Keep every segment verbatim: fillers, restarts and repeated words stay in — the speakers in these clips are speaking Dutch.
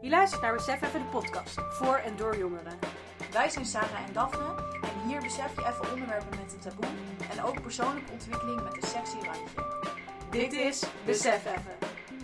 Je luistert naar Besef Even de podcast, voor en door jongeren. Wij zijn Sarah en Daphne en hier besef je even onderwerpen met een taboe en ook persoonlijke ontwikkeling met een sexy randje. Dit is Besef Even.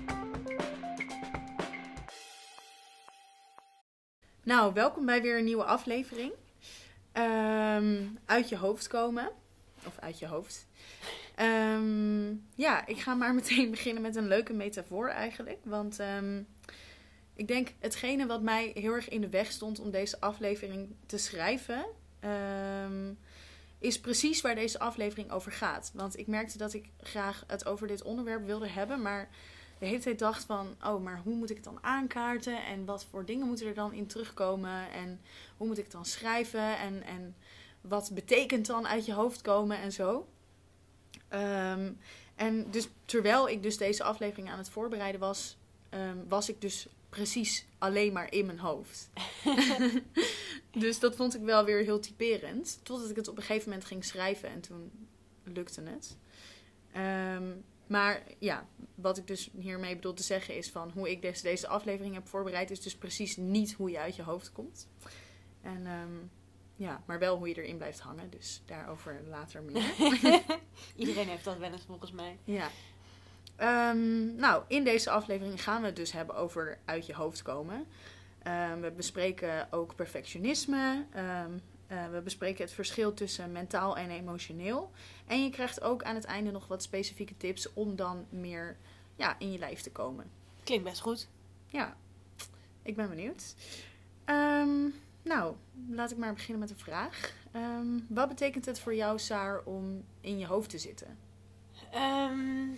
Nou, welkom bij weer een nieuwe aflevering. Um, uit je hoofd komen. Of uit je hoofd. Um, ja, ik ga maar meteen beginnen met een leuke metafoor eigenlijk. Want um, ik denk hetgene wat mij heel erg in de weg stond om deze aflevering te schrijven, um, is precies waar deze aflevering over gaat. Want ik merkte dat ik graag het over dit onderwerp wilde hebben, maar de hele tijd dacht van, oh, maar hoe moet ik het dan aankaarten? En wat voor dingen moeten er dan in terugkomen? En hoe moet ik het dan schrijven? En, en wat betekent dan uit je hoofd komen en zo? Um, en dus terwijl ik dus deze aflevering aan het voorbereiden was, um, was ik dus precies alleen maar in mijn hoofd. Dus dat vond ik wel weer heel typerend. Totdat ik het op een gegeven moment ging schrijven en toen lukte het. Um, maar ja, wat ik dus hiermee bedoel te zeggen is van hoe ik deze, deze aflevering heb voorbereid, is dus precies niet hoe je uit je hoofd komt. En um, ja, maar wel hoe je erin blijft hangen. Dus daarover later meer. Iedereen heeft dat wel eens volgens mij. Ja. Um, nou, in deze aflevering gaan we het dus hebben over uit je hoofd komen. Um, we bespreken ook perfectionisme. Um, uh, we bespreken het verschil tussen mentaal en emotioneel. En je krijgt ook aan het einde nog wat specifieke tips om dan meer ja, in je lijf te komen. Klinkt best goed. Ja, ik ben benieuwd. Um, nou, laat ik maar beginnen met een vraag. Um, wat betekent het voor jou, Saar, om in je hoofd te zitten? Um,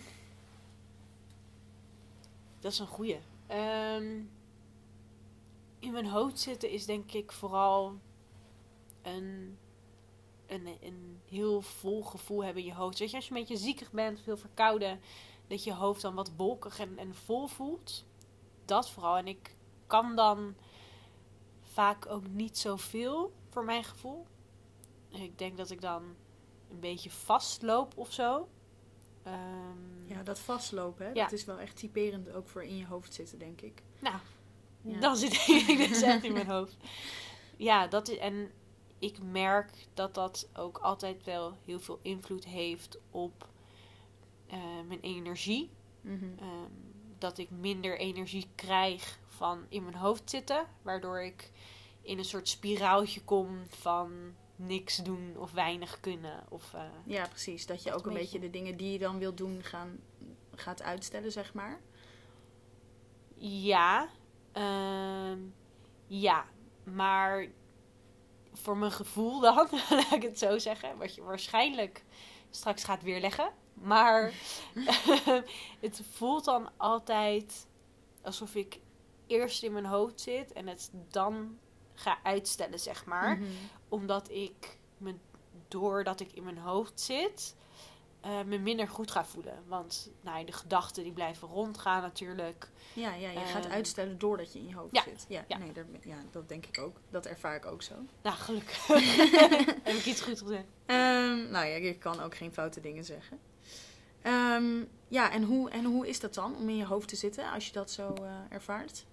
dat is een goeie. Um, in mijn hoofd zitten is denk ik vooral een, een, een heel vol gevoel hebben in je hoofd. Weet je, als je een beetje ziekig bent, veel verkouden, dat je hoofd dan wat wolkig en, en vol voelt. Dat vooral. En ik kan dan vaak ook niet zoveel, voor mijn gevoel. Ik denk dat ik dan een beetje vastloop of zo. Um, ja, dat vastlopen, hè? Ja. Dat is wel echt typerend ook voor in je hoofd zitten, denk ik. Nou, Ja. dan zit ik dus echt in mijn hoofd. Ja, dat is, en ik merk dat dat ook altijd wel heel veel invloed heeft op uh, mijn energie. Mm-hmm. Um, dat ik minder energie krijg van in mijn hoofd zitten. Waardoor ik in een soort spiraaltje kom van niks doen of weinig kunnen. Of, uh, Ja, precies. Dat je dat ook een een beetje beetje de dingen die je dan wil doen gaan, gaat uitstellen, zeg maar. Ja. Um, ja. Maar voor mijn gevoel dan, laat ik het zo zeggen. Wat je waarschijnlijk straks gaat weerleggen. Maar het voelt dan altijd alsof ik eerst in mijn hoofd zit en het dan ga uitstellen, zeg maar. Mm-hmm. Omdat ik me, doordat ik in mijn hoofd zit, uh, me minder goed ga voelen. Want nou, de gedachten die blijven rondgaan natuurlijk. Ja, ja, je Um, gaat uitstellen doordat je in je hoofd ja, zit. Ja, ja. Nee, dat, ja, dat denk ik ook. Dat ervaar ik ook zo. Nou, gelukkig. Heb ik iets goed gezegd? Um, nou ja, je kan ook geen foute dingen zeggen. Um, ja, en hoe, en hoe is dat dan om in je hoofd te zitten als je dat zo uh, ervaart?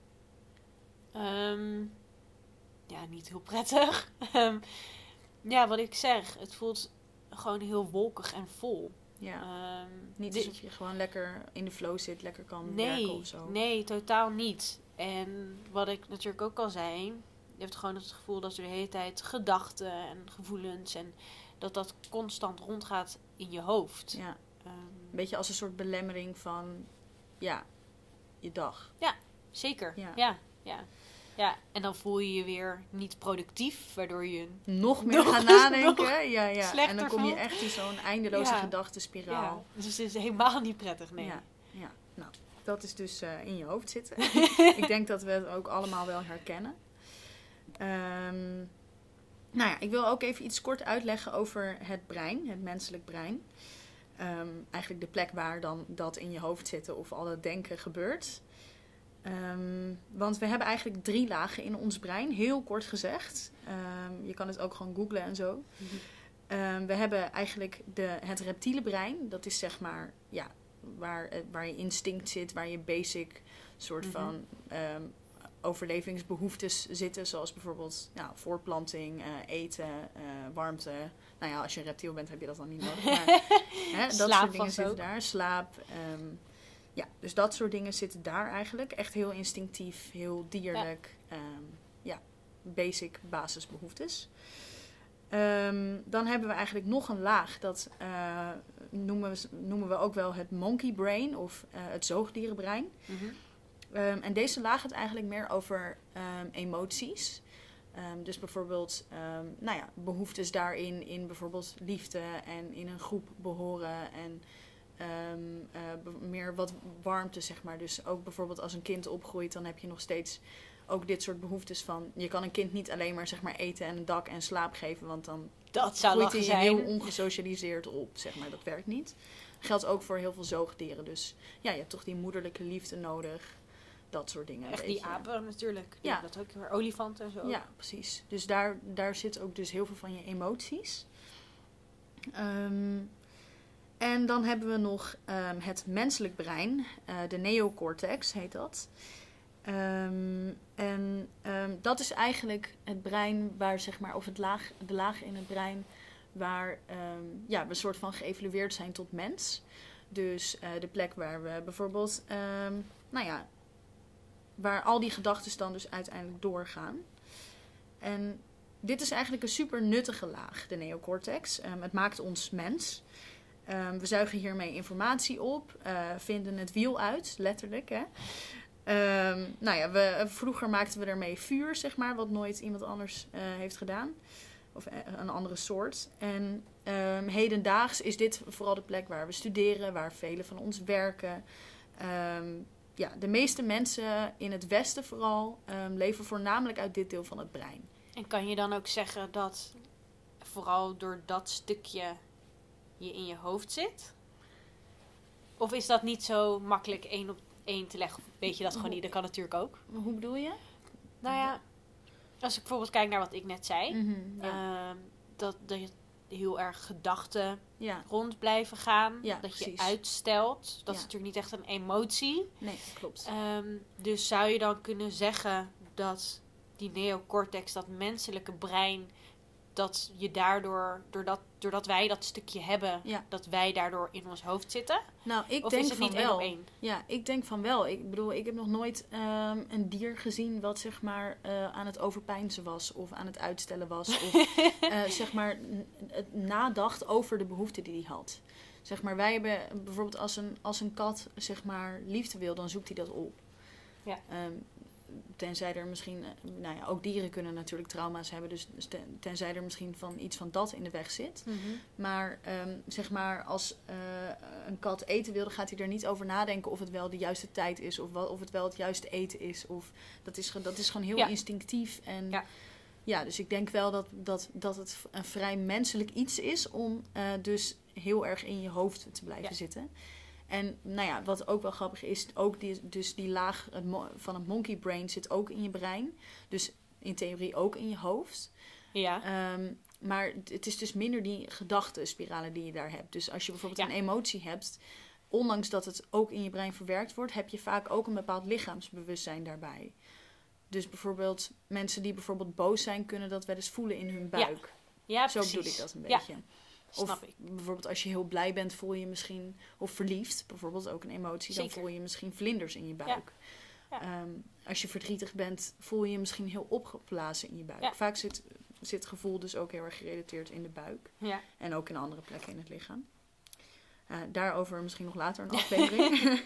Um, ja, niet heel prettig. um, ja, wat ik zeg, het voelt gewoon heel wolkig en vol. Ja. Um, Niet dit- alsof je gewoon lekker in de flow zit, lekker kan nee, werken of zo. Nee, totaal niet. En wat ik natuurlijk ook al zei, je hebt gewoon het gevoel dat er de hele tijd gedachten en gevoelens en dat dat constant rondgaat in je hoofd. Ja. Um, Een beetje als een soort belemmering van, ja, je dag. zeker, Ja. ja. ja, ja. En dan voel je je weer niet productief, waardoor je Nog meer Nog- gaan nadenken. nog ja, ja. En slechter dan kom je voelt. echt in zo'n eindeloze Ja. gedachtenspiraal. ja, dus het is helemaal niet prettig, nee. Ja, ja. Nou, dat is dus uh, in je hoofd zitten. Ik denk dat we het ook allemaal wel herkennen. Um, nou ja, ik wil ook even iets kort uitleggen over het brein, het menselijk brein. Um, eigenlijk de plek waar dan dat in je hoofd zitten of al dat denken gebeurt. Um, want we hebben eigenlijk drie lagen in ons brein, heel kort gezegd. Um, je kan het ook gewoon googlen en zo. Mm-hmm. Um, we hebben eigenlijk de, het reptiele brein. Dat is zeg maar ja, waar, waar je instinct zit, waar je basic soort Mm-hmm. van um, overlevingsbehoeftes zitten. Zoals bijvoorbeeld ja, voortplanting, uh, eten, uh, warmte. Nou ja, als je een reptiel bent heb je dat dan niet nodig. Maar, hè, dat Slaap soort dingen vast zitten ook. daar. Slaap. Um, ja, dus dat soort dingen zitten daar eigenlijk. Echt heel instinctief, heel dierlijk. Ja, um, ja basic basisbehoeftes. Um, dan hebben we eigenlijk nog een laag. Dat uh, noemen, we, noemen we ook wel het monkey brain of uh, het zoogdierenbrein. Mm-hmm. Um, en deze laag gaat eigenlijk meer over um, emoties. Um, dus bijvoorbeeld um, nou ja, behoeftes daarin in bijvoorbeeld liefde en in een groep behoren en um, uh, be- meer wat warmte, zeg maar. Dus ook bijvoorbeeld als een kind opgroeit, dan heb je nog steeds ook dit soort behoeftes van... Je kan een kind niet alleen maar zeg maar eten en een dak en slaap geven, want dan Dat zou groeit lachen hij zijn. heel ongesocialiseerd op, zeg maar. Dat werkt niet. Dat geldt ook voor heel veel zoogdieren. Dus ja, je hebt toch die moederlijke liefde nodig. Dat soort dingen. Echt een die beetje. apen natuurlijk. Ja. Ja. Dat ook weer olifanten en zo. Ja, precies. Dus daar, daar zit ook dus heel veel van je emoties. Um, en dan hebben we nog um, het menselijk brein. Uh, de neocortex heet dat. Um, en um, dat is eigenlijk het brein waar, zeg maar, of het laag, de laag in het brein waar um, ja, we een soort van geëvalueerd zijn tot mens. Dus uh, de plek waar we bijvoorbeeld, um, nou ja, waar al die gedachten dan dus uiteindelijk doorgaan. En dit is eigenlijk een super nuttige laag, de neocortex. Um, het maakt ons mens. Um, we zuigen hiermee informatie op, uh, vinden het wiel uit, letterlijk, hè. Um, nou ja, we, vroeger maakten we ermee vuur, zeg maar, wat nooit iemand anders uh, heeft gedaan. Of uh, een andere soort. En um, hedendaags is dit vooral de plek waar we studeren, waar velen van ons werken. Um, ja, de meeste mensen in het Westen vooral um, leven voornamelijk uit dit deel van het brein. En kan je dan ook zeggen dat vooral door dat stukje je in je hoofd zit? Of is dat niet zo makkelijk één op één te leggen? Weet je dat gewoon niet? Dat kan natuurlijk ook. Hoe bedoel je? Nou ja, als ik bijvoorbeeld kijk naar wat ik net zei. Mm-hmm, ja. uh, dat, dat je heel erg gedachten ja. rond blijven gaan. Ja, dat precies. je uitstelt. Dat Ja. is natuurlijk niet echt een emotie. Nee, klopt. Um, dus zou je dan kunnen zeggen dat die neocortex, dat menselijke brein, dat je daardoor, doordat, doordat wij dat stukje hebben, Ja. dat wij daardoor in ons hoofd zitten? Nou, ik Of denk is het van niet één wel. op één? Ja, ik denk van wel. Ik bedoel, ik heb nog nooit um, een dier gezien wat zeg maar uh, aan het overpeinzen was of aan het uitstellen was of uh, zeg maar n- het nadacht over de behoeften die hij had. Zeg maar, wij hebben bijvoorbeeld als een, als een kat zeg maar liefde wil, dan zoekt hij dat op. Ja. Um, tenzij er misschien, nou ja, ook dieren kunnen natuurlijk trauma's hebben, dus ten, tenzij er misschien van iets van dat in de weg zit. Mm-hmm. Maar um, zeg maar, als uh, een kat eten wil, dan gaat hij er niet over nadenken of het wel de juiste tijd is, of, wat, of het wel het juiste eten is. Of, dat, is dat is gewoon heel Ja. instinctief. En Ja. ja, dus ik denk wel dat, dat, dat het een vrij menselijk iets is om uh, dus heel erg in je hoofd te blijven Ja. zitten. En nou ja, wat ook wel grappig is, ook die, dus die laag het mo- van het monkey brain zit ook in je brein. Dus in theorie ook in je hoofd. Ja. Um, maar het is dus minder die gedachtenspiralen die je daar hebt. Dus als je bijvoorbeeld Ja. een emotie hebt, ondanks dat het ook in je brein verwerkt wordt, heb je vaak ook een bepaald lichaamsbewustzijn daarbij. Dus bijvoorbeeld mensen die bijvoorbeeld boos zijn, kunnen dat wel eens voelen in hun buik. Ja, Zo precies. bedoel ik dat een Ja. beetje. Snap Of ik. bijvoorbeeld als je heel blij bent, voel je misschien, of verliefd, bijvoorbeeld ook een emotie, dan Zeker. voel je misschien vlinders in je buik. Ja. Ja. Um, als je verdrietig bent, voel je je misschien heel opgeblazen in je buik. Ja. Vaak zit, zit gevoel dus ook heel erg gerelateerd in de buik. Ja. En ook in andere plekken in het lichaam. Uh, daarover misschien nog later een aflevering.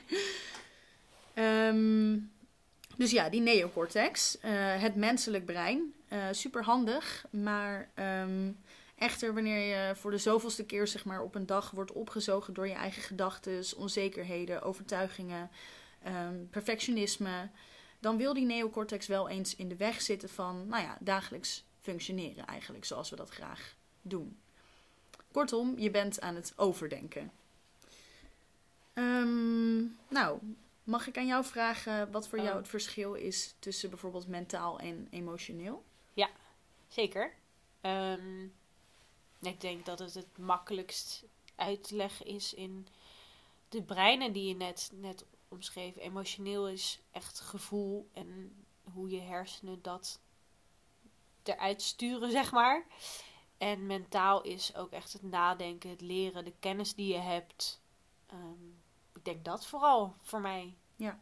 um, dus ja, die neocortex, uh, het menselijk brein, uh, super handig, maar um, echter wanneer je voor de zoveelste keer zeg maar, op een dag wordt opgezogen door je eigen gedachten, onzekerheden, overtuigingen, um, perfectionisme, dan wil die neocortex wel eens in de weg zitten van, nou ja, dagelijks functioneren eigenlijk, zoals we dat graag doen. Kortom, je bent aan het overdenken. Um, nou, mag ik aan jou vragen wat voor Oh. jou het verschil is tussen bijvoorbeeld mentaal en emotioneel? Zeker. Um, ik denk dat het het makkelijkst uit te leggen is in de breinen die je net, net omschreef. Emotioneel is echt gevoel en hoe je hersenen dat eruit sturen, zeg maar. En mentaal is ook echt het nadenken, het leren, de kennis die je hebt. Um, ik denk dat vooral voor mij. Ja.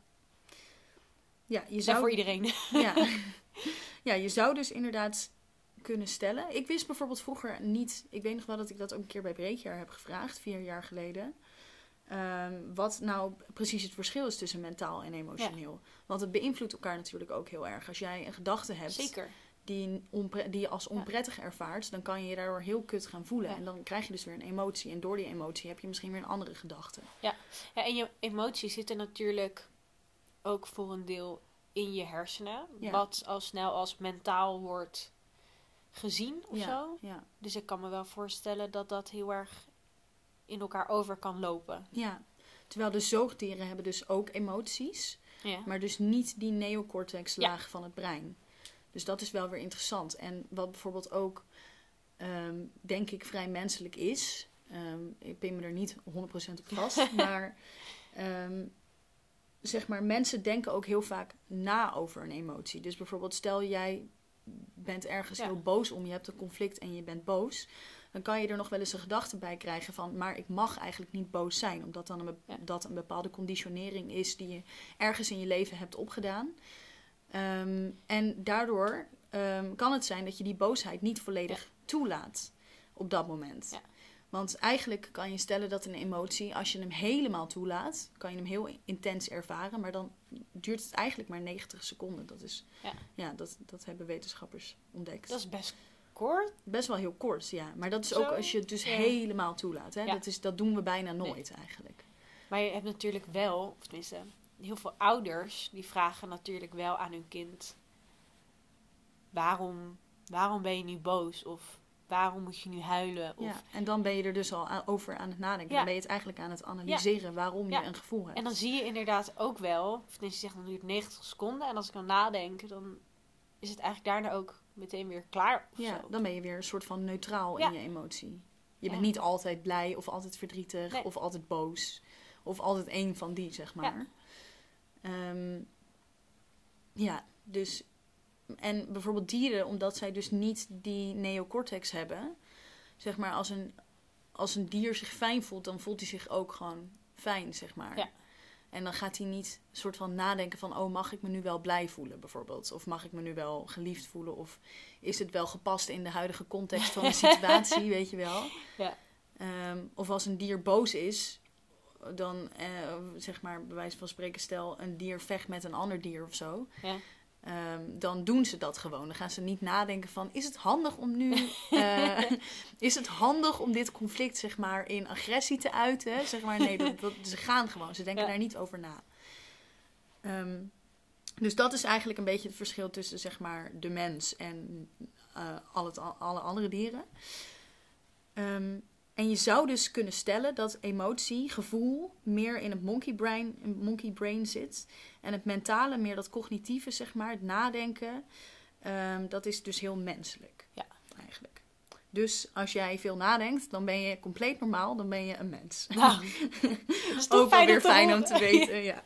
Ja, je En zou... voor iedereen. Ja. Ja, je zou dus inderdaad kunnen stellen. Ik wist bijvoorbeeld vroeger niet... Ik weet nog wel dat ik dat ook een keer bij Breekjaar heb gevraagd, vier jaar geleden. Um, wat nou precies het verschil is tussen mentaal en emotioneel. Ja. Want het beïnvloedt elkaar natuurlijk ook heel erg. Als jij een gedachte hebt... Zeker. Die, onpre- die je als onprettig ja. ervaart, dan kan je je daardoor heel kut gaan voelen. Ja. En dan krijg je dus weer een emotie. En door die emotie heb je misschien weer een andere gedachte. Ja, ja en je emoties zitten natuurlijk ook voor een deel in je hersenen. Ja. Wat al snel als mentaal wordt gezien of ja. zo. Ja. Dus ik kan me wel voorstellen dat dat heel erg in elkaar over kan lopen. Ja, terwijl de zoogdieren hebben dus ook emoties. Ja. Maar dus niet die neocortex-laag ja. van het brein. Dus dat is wel weer interessant. En wat bijvoorbeeld ook, um, denk ik, vrij menselijk is. Um, ik pin me er niet honderd procent op vast. maar, um, zeg maar, mensen denken ook heel vaak na over een emotie. Dus bijvoorbeeld, stel jij bent ergens ja. heel boos om. Je hebt een conflict en je bent boos. Dan kan je er nog wel eens een gedachte bij krijgen van... maar ik mag eigenlijk niet boos zijn. Omdat dan een, be- ja. dat een bepaalde conditionering is die je ergens in je leven hebt opgedaan. Um, en daardoor um, kan het zijn dat je die boosheid niet volledig ja. toelaat op dat moment. Ja. Want eigenlijk kan je stellen dat een emotie, als je hem helemaal toelaat, kan je hem heel intens ervaren. Maar dan duurt het eigenlijk maar negentig seconden. Dat is, ja, ja dat, dat hebben wetenschappers ontdekt. Dat is best kort. Best wel heel kort, ja. Maar dat is Zo? ook als je het dus ja. helemaal toelaat. Hè? Ja. Dat, is, dat doen we bijna nooit nee. eigenlijk. Maar je hebt natuurlijk wel, of tenminste... heel veel ouders die vragen natuurlijk wel aan hun kind: waarom, waarom ben je nu boos? Of waarom moet je nu huilen? Of... Ja, en dan ben je er dus al aan, over aan het nadenken. Ja. Dan ben je het eigenlijk aan het analyseren ja. waarom ja. je een gevoel hebt. En dan zie je inderdaad ook wel, of je zegt dan duurt negentig seconden. En als ik dan nadenk, dan is het eigenlijk daarna ook meteen weer klaar. Of ja, zo. Dan ben je weer een soort van neutraal ja. in je emotie. Je ja. bent niet altijd blij of altijd verdrietig nee. of altijd boos. Of altijd één van die, zeg maar. Ja. Um, ja, dus... En bijvoorbeeld dieren, omdat zij dus niet die neocortex hebben... Zeg maar, als een, als een dier zich fijn voelt, dan voelt hij zich ook gewoon fijn, zeg maar. Ja. En dan gaat hij niet soort van nadenken van... oh, mag ik me nu wel blij voelen, bijvoorbeeld? Of mag ik me nu wel geliefd voelen? Of is het wel gepast in de huidige context van de situatie, weet je wel? Ja. Um, of als een dier boos is... dan, uh, zeg maar, bij wijze van spreken, stel... een dier vecht met een ander dier of zo... Ja. Um, dan doen ze dat gewoon. Dan gaan ze niet nadenken van... is het handig om nu... Uh, is het handig om dit conflict, zeg maar, in agressie te uiten? Zeg maar, nee, dat, dat, ze gaan gewoon. Ze denken ja. daar niet over na. Um, dus dat is eigenlijk een beetje het verschil tussen, zeg maar, de mens en uh, al het, alle andere dieren. Um, en je zou dus kunnen stellen dat emotie, gevoel, meer in het monkey brain, monkey brain zit. En het mentale, meer dat cognitieve, zeg maar, het nadenken. Um, dat is dus heel menselijk. Ja. Eigenlijk. Dus als jij veel nadenkt, dan ben je compleet normaal. Dan ben je een mens. Nou, dat is toch ook fijn wel weer om te fijn horen. om te weten, ja.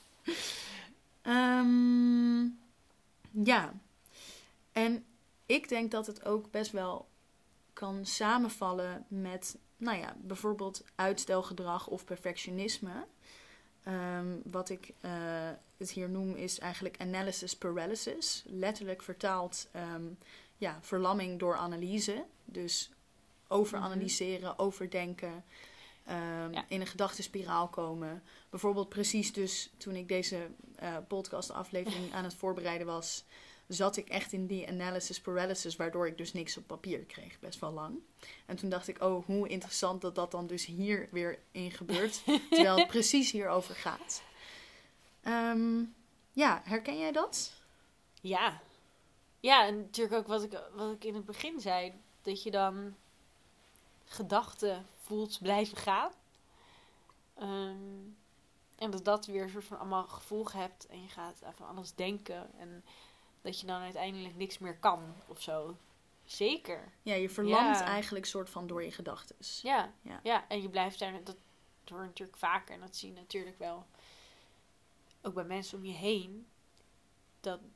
um, ja. En ik denk dat het ook best wel... kan samenvallen met, nou ja, bijvoorbeeld uitstelgedrag of perfectionisme. Um, wat ik uh, het hier noem is eigenlijk analysis paralysis. Letterlijk vertaald, um, ja, verlamming door analyse. Dus overanalyseren, mm-hmm. overdenken, um, ja. in een gedachtenspiraal komen. Bijvoorbeeld precies dus toen ik deze uh, podcastaflevering aan het voorbereiden was... zat ik echt in die analysis paralysis, waardoor ik dus niks op papier kreeg, best wel lang. En toen dacht ik, oh, hoe interessant dat dat dan dus hier weer in gebeurt, terwijl het precies hierover gaat. Um, ja, herken jij dat? Ja. Ja, en natuurlijk ook wat ik, wat ik in het begin zei, dat je dan gedachten voelt blijven gaan. Um, en dat dat weer een soort van allemaal gevolgen hebt en je gaat even anders denken en... dat je dan uiteindelijk niks meer kan of zo. Zeker. Ja, je verlamt ja. eigenlijk soort van door je gedachtes. Ja, ja. ja, en je blijft daar... Dat hoor natuurlijk vaker. En dat zie je natuurlijk wel ook bij mensen om je heen. Dat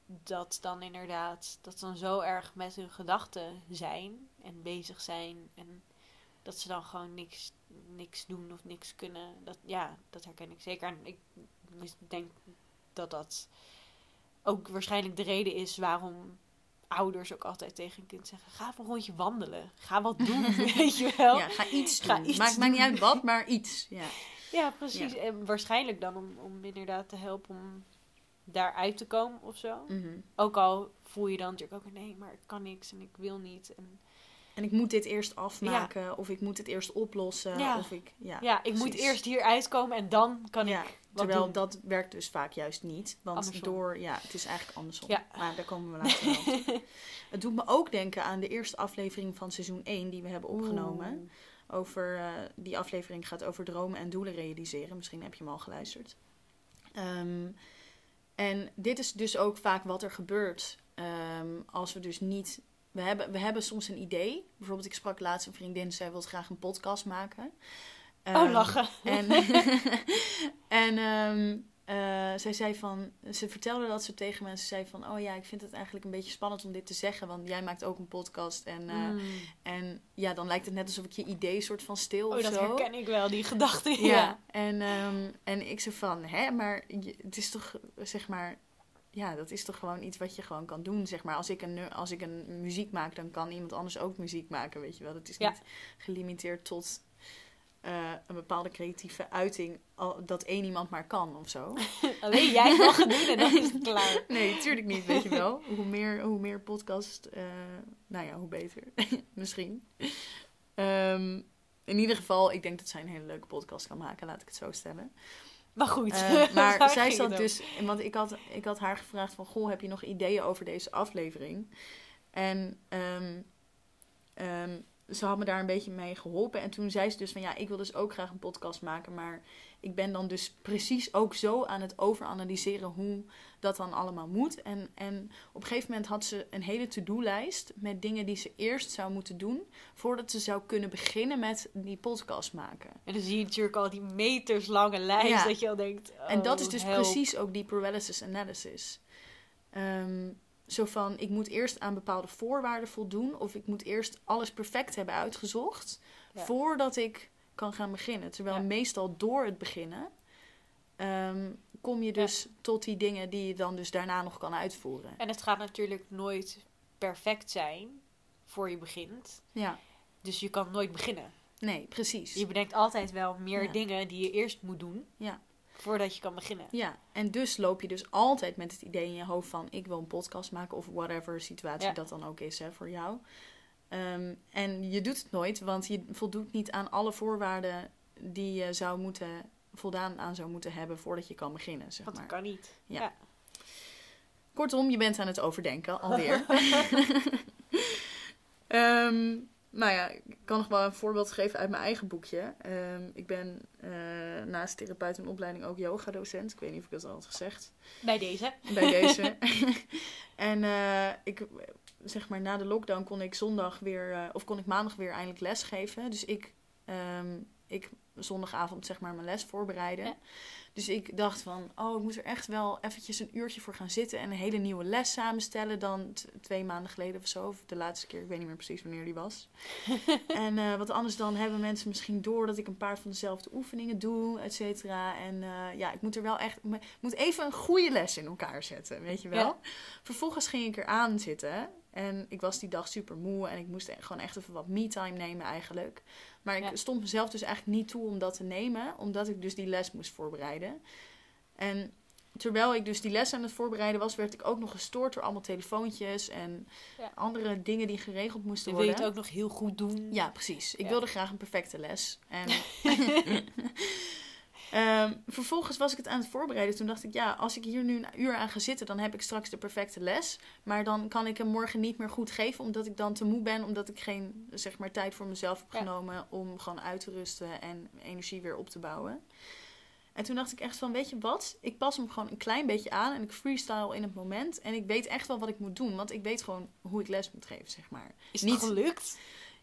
dat dan inderdaad, dat ze dan zo erg met hun gedachten zijn en bezig zijn en dat ze dan gewoon niks, niks doen of niks kunnen. Dat, ja, dat herken ik zeker. En ik denk dat dat ook waarschijnlijk de reden is waarom ouders ook altijd tegen een kind zeggen, ga even een rondje wandelen. Ga wat doen, weet je wel. Ja, ga iets doen. Ga iets maakt, doen. maakt niet uit wat, maar iets. Ja, Ja, precies. Ja. En waarschijnlijk dan om, om inderdaad te helpen om daaruit te komen of zo. Mhm. Ook al voel je dan natuurlijk ook, nee, maar ik kan niks en ik wil niet. En En ik moet dit eerst afmaken, of ik moet het eerst oplossen. Ja. Of ik, ja, ja, ik moet precies. eerst hier uitkomen en dan kan Ja, ik wat terwijl doen. dat werkt dus vaak juist niet. Want Andersom. door, ja, het is eigenlijk andersom. Ja. Maar daar komen we later wel op. Het doet me ook denken aan de eerste aflevering van seizoen één die we hebben opgenomen. Oeh. Over, uh, die aflevering gaat over dromen en doelen realiseren. Misschien heb je hem al geluisterd. Um, en dit is dus ook vaak wat er gebeurt um, als we dus niet... We hebben, we hebben soms een idee. Bijvoorbeeld, ik sprak laatst een vriendin, zij wil graag een podcast maken. Um, Oh, lachen. En, en um, uh, zij zei van... Ze vertelde dat ze tegen mensen zei van... Oh ja, ik vind het eigenlijk een beetje spannend om dit te zeggen. Want jij maakt ook een podcast. En, uh, Mm. en ja, dan lijkt het net alsof ik je idee soort van stil Oh, of dat zo. herken ik wel, die gedachte. Ja. Ja, en, um, en ik zei van... Hè, maar je, het is toch, zeg maar... Ja, dat is toch gewoon iets wat je gewoon kan doen, zeg maar. Als ik een, als ik een muziek maak, dan kan iemand anders ook muziek maken, weet je wel. Het is Ja. niet gelimiteerd tot uh, een bepaalde creatieve uiting, al, dat één iemand maar kan of zo. Alleen jij mag het doen en dan is het klaar. Nee, tuurlijk niet, weet je wel. Hoe meer, hoe meer podcast, uh, nou ja, hoe beter. Misschien. Um, in ieder geval, ik denk dat zij een hele leuke podcast kan maken, laat ik het zo stellen. Maar goed. Uh, maar Waar zij ging zat het dus... Want ik had, ik had haar gevraagd van... Goh, heb je nog ideeën over deze aflevering? En um, um, ze had me daar een beetje mee geholpen. En toen zei ze dus van... Ja, ik wil dus ook graag een podcast maken. Maar ik ben dan dus precies ook zo aan het overanalyseren... hoe dat dan allemaal moet. En, en op een gegeven moment had ze een hele to-do-lijst... met dingen die ze eerst zou moeten doen... voordat ze zou kunnen beginnen met die podcast maken. En dan zie je natuurlijk al die meterslange lijst... Ja. dat je al denkt... Oh, En dat is dus help. precies ook die paralysis analysis. Um, zo van, ik moet eerst aan bepaalde voorwaarden voldoen... of ik moet eerst alles perfect hebben uitgezocht... Ja. voordat ik kan gaan beginnen. Terwijl Ja. meestal door het beginnen... Um, kom je dus ja. tot die dingen die je dan dus daarna nog kan uitvoeren. En het gaat natuurlijk nooit perfect zijn... voor je begint. Ja. Dus je kan nooit beginnen. Nee, precies. Je bedenkt altijd wel meer Ja. dingen die je eerst moet doen... Ja. voordat je kan beginnen. Ja, en dus loop je dus altijd met het idee in je hoofd van... ik wil een podcast maken of whatever situatie Ja. dat dan ook is hè, voor jou. Um, en je doet het nooit, want je voldoet niet aan alle voorwaarden... die je zou moeten, voldaan aan zou moeten hebben voordat je kan beginnen, zeg Want maar. dat kan niet. Ja. Ja. Kortom, je bent aan het overdenken, alweer. um, nou ja, ik kan nog wel een voorbeeld geven uit mijn eigen boekje. Um, ik ben uh, naast therapeut en opleiding ook yoga-docent. Ik weet niet of ik dat al had gezegd. Bij deze. Bij deze. En uh, ik, zeg maar, na de lockdown kon ik zondag weer, uh, of kon ik maandag weer eindelijk les geven. Dus ik, um, ik zondagavond zeg maar mijn les voorbereiden. Ja. Dus ik dacht van, oh, ik moet er echt wel eventjes een uurtje voor gaan zitten en een hele nieuwe les samenstellen dan t- twee maanden geleden of zo. Of de laatste keer, ik weet niet meer precies wanneer die was. En uh, wat anders dan hebben mensen misschien door dat ik een paar van dezelfde oefeningen doe, et cetera. En uh, ja, ik moet er wel echt, ik moet even een goede les in elkaar zetten, weet je wel. Ja. Vervolgens ging ik er aan zitten en ik was die dag super moe en ik moest gewoon echt even wat me-time nemen eigenlijk. Maar ik ja. stond mezelf dus eigenlijk niet toe om dat te nemen, omdat ik dus die les moest voorbereiden. En terwijl ik dus die les aan het voorbereiden was, werd ik ook nog gestoord door allemaal telefoontjes en ja. andere dingen die geregeld moesten Dan worden. wil je het ook nog heel goed doen. Ja, precies. Ik ja. wilde graag een perfecte les. En um, vervolgens was ik het aan het voorbereiden. Toen dacht ik, ja, als ik hier nu een uur aan ga zitten, dan heb ik straks de perfecte les. Maar dan kan ik hem morgen niet meer goed geven, omdat ik dan te moe ben, omdat ik geen, zeg maar, tijd voor mezelf heb ja. genomen om gewoon uit te rusten en energie weer op te bouwen. En toen dacht ik echt van, weet je wat? Ik pas hem gewoon een klein beetje aan en ik freestyle in het moment. En ik weet echt wel wat ik moet doen, want ik weet gewoon hoe ik les moet geven, zeg maar. Is het niet gelukt?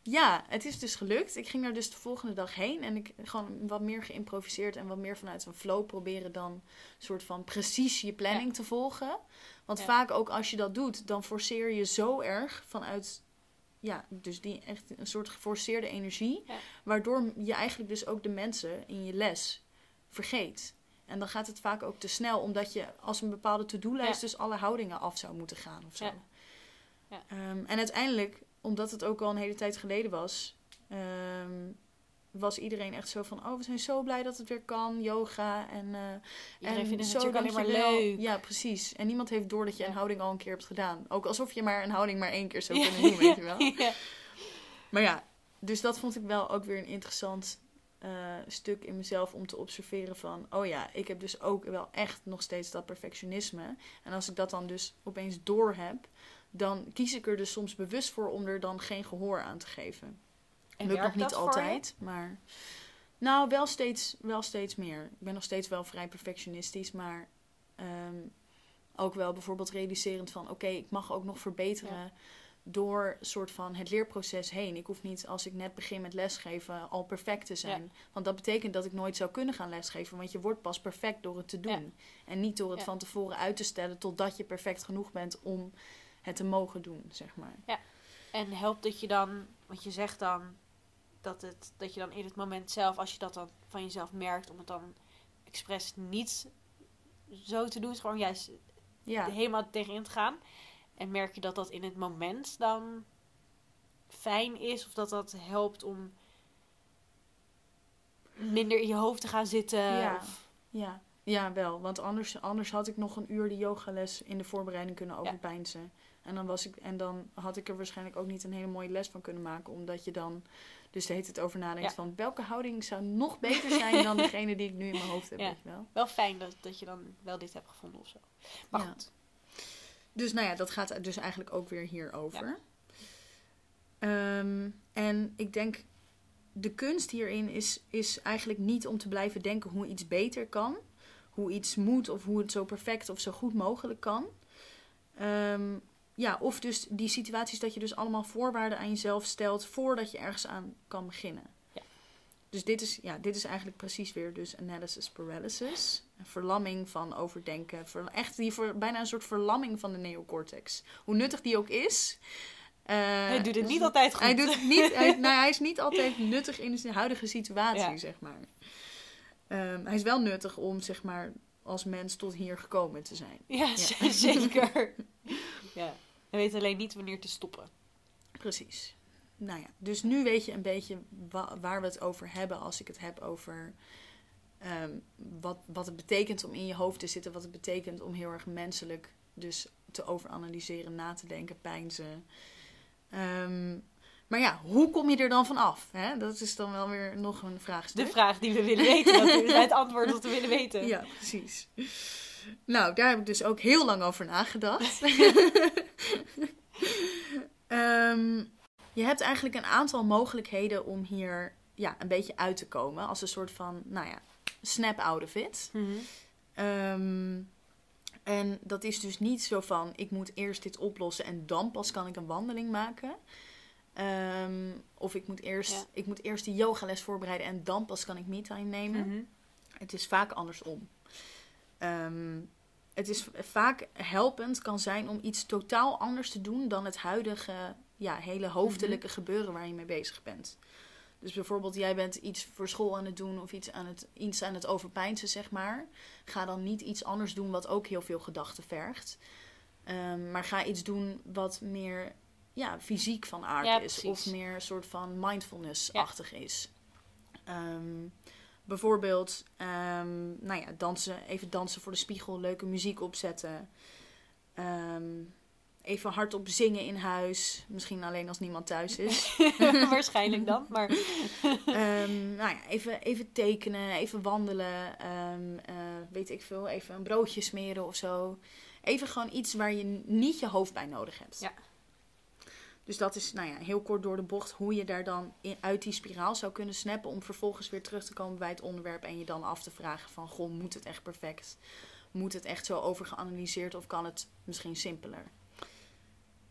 Ja, het is dus gelukt. Ik ging er dus de volgende dag heen. En ik gewoon wat meer geïmproviseerd. En wat meer vanuit een flow proberen dan een soort van precies je planning ja. te volgen. Want ja. vaak ook als je dat doet, dan forceer je zo erg vanuit... Ja, dus die echt een soort geforceerde energie. Ja. Waardoor je eigenlijk dus ook de mensen in je les vergeet. En dan gaat het vaak ook te snel. Omdat je als een bepaalde to-do-lijst ja. dus alle houdingen af zou moeten gaan of zo. Ja. Ja. Um, en uiteindelijk, omdat het ook al een hele tijd geleden was... Um, was iedereen echt zo van... Oh, we zijn zo blij dat het weer kan. Yoga en... Uh, iedereen en vindt het zo natuurlijk alleen maar wel. leuk. Ja, precies. En niemand heeft door dat je ja. een houding al een keer hebt gedaan. Ook alsof je maar een houding maar één keer zou ja. kunnen doen, weet je wel. Ja. Maar ja, dus dat vond ik wel ook weer een interessant uh, stuk in mezelf... om te observeren van... Oh ja, ik heb dus ook wel echt nog steeds dat perfectionisme. En als ik dat dan dus opeens door heb... dan kies ik er dus soms bewust voor om er dan geen gehoor aan te geven. En lukt nog werkt niet dat altijd, maar... Nou, wel steeds, wel steeds meer. Ik ben nog steeds wel vrij perfectionistisch, maar um, ook wel bijvoorbeeld realiserend van... Oké, okay, ik mag ook nog verbeteren ja. door soort van het leerproces heen. Ik hoef niet, als ik net begin met lesgeven, al perfect te zijn. Ja. Want dat betekent dat ik nooit zou kunnen gaan lesgeven, want je wordt pas perfect door het te doen. Ja. En niet door het ja. van tevoren uit te stellen totdat je perfect genoeg bent om het te mogen doen, zeg maar. Ja, en helpt dat je dan, want je zegt dan... Dat, het, dat je dan in het moment zelf, als je dat dan van jezelf merkt... om het dan expres niet zo te doen... is gewoon juist ja. helemaal tegenin te gaan. En merk je dat dat in het moment dan fijn is... of dat dat helpt om minder in je hoofd te gaan zitten? Ja, of... ja. ja wel. Want anders, anders had ik nog een uur de yogales in de voorbereiding kunnen overpeinzen. Ja. En dan, was ik, en dan had ik er waarschijnlijk ook niet een hele mooie les van kunnen maken... omdat je dan... Dus daar heet het over nadenkt ja. van... welke houding zou nog beter zijn dan degene die ik nu in mijn hoofd heb. Ja. Weet je wel. Wel fijn dat, dat je dan wel dit hebt gevonden of zo. Maar ja. goed. Dus nou ja, dat gaat dus eigenlijk ook weer hierover. Ja. Um, en ik denk... De kunst hierin is, is eigenlijk niet om te blijven denken hoe iets beter kan. Hoe iets moet of hoe het zo perfect of zo goed mogelijk kan. Um, Ja, of dus die situaties dat je dus allemaal voorwaarden aan jezelf stelt... voordat je ergens aan kan beginnen. Ja. Dus dit is, ja, dit is eigenlijk precies weer dus analysis paralysis. Een verlamming van overdenken. Ver, echt die voor, bijna een soort verlamming van de neocortex. Hoe nuttig die ook is... Uh, hij doet het niet altijd goed. Hij, doet het niet, hij, nou, hij is niet altijd nuttig in de huidige situatie, ja. zeg maar. Um, hij is wel nuttig om, zeg maar... als mens tot hier gekomen te zijn. Ja, ja. zeker. Ja. Hij weet alleen niet wanneer te stoppen. Precies. Nou ja, dus nu weet je een beetje wa- waar we het over hebben... als ik het heb over um, wat, wat het betekent om in je hoofd te zitten... wat het betekent om heel erg menselijk dus te overanalyseren, na te denken, peinzen. Um, maar ja, hoe kom je er dan van af? Hè? Dat is dan wel weer nog een vraagstuk. De vraag die we willen weten. Dat is het antwoord dat we willen weten. Ja, precies. Nou, daar heb ik dus ook heel lang over nagedacht. um, je hebt eigenlijk een aantal mogelijkheden om hier ja, een beetje uit te komen. Als een soort van, nou ja, snap out of it. Mm-hmm. Um, en dat is dus niet zo van, ik moet eerst dit oplossen en dan pas kan ik een wandeling maken. Um, of ik moet, eerst, ja. ik moet eerst de yogales voorbereiden en dan pas kan ik me-time nemen. Mm-hmm. Het is vaak andersom. Um, het is vaak helpend kan zijn om iets totaal anders te doen dan het huidige ja, hele hoofdelijke mm-hmm. gebeuren waar je mee bezig bent. Dus bijvoorbeeld jij bent iets voor school aan het doen of iets aan het, iets aan het overpeinzen, zeg maar. Ga dan niet iets anders doen wat ook heel veel gedachten vergt. Um, maar ga iets doen wat meer ja, fysiek van aard ja, is. precies. Of meer een soort van mindfulness-achtig ja. is. Um, bijvoorbeeld, um, nou ja, dansen, even dansen voor de spiegel, leuke muziek opzetten. Um, even hardop zingen in huis. Misschien alleen als niemand thuis is. Waarschijnlijk dan, maar... um, nou ja, even, even tekenen, even wandelen. Um, uh, weet ik veel, even een broodje smeren of zo. Even gewoon iets waar je niet je hoofd bij nodig hebt. Ja. Dus dat is, nou ja, heel kort door de bocht hoe je daar dan in, uit die spiraal zou kunnen snappen om vervolgens weer terug te komen bij het onderwerp en je dan af te vragen van, goh, moet het echt perfect? Moet het echt zo overgeanalyseerd of kan het misschien simpeler?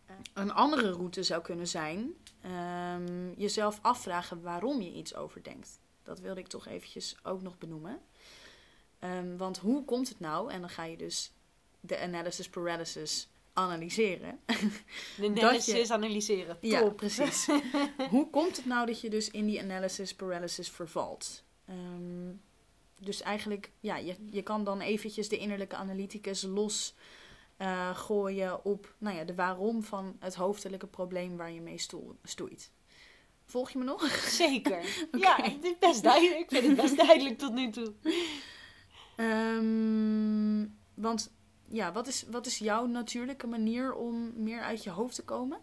Een andere route zou kunnen zijn um, jezelf afvragen waarom je iets overdenkt. Dat wilde ik toch eventjes ook nog benoemen. Um, want hoe komt het nou? En dan ga je dus de analysis paralysis analyseren. De analysis je... analyseren. Top. Ja, precies. Hoe komt het nou dat je dus in die analysis paralysis vervalt? Um, dus eigenlijk, ja, je, je kan dan eventjes de innerlijke analyticus los uh, gooien op nou ja, de waarom van het hoofdelijke probleem waar je mee stoel, stoeit. Volg je me nog? Zeker. Okay. Ja, het is best duidelijk. Ik vind het best duidelijk tot nu toe. Um, want ja, wat is, wat is jouw natuurlijke manier om meer uit je hoofd te komen?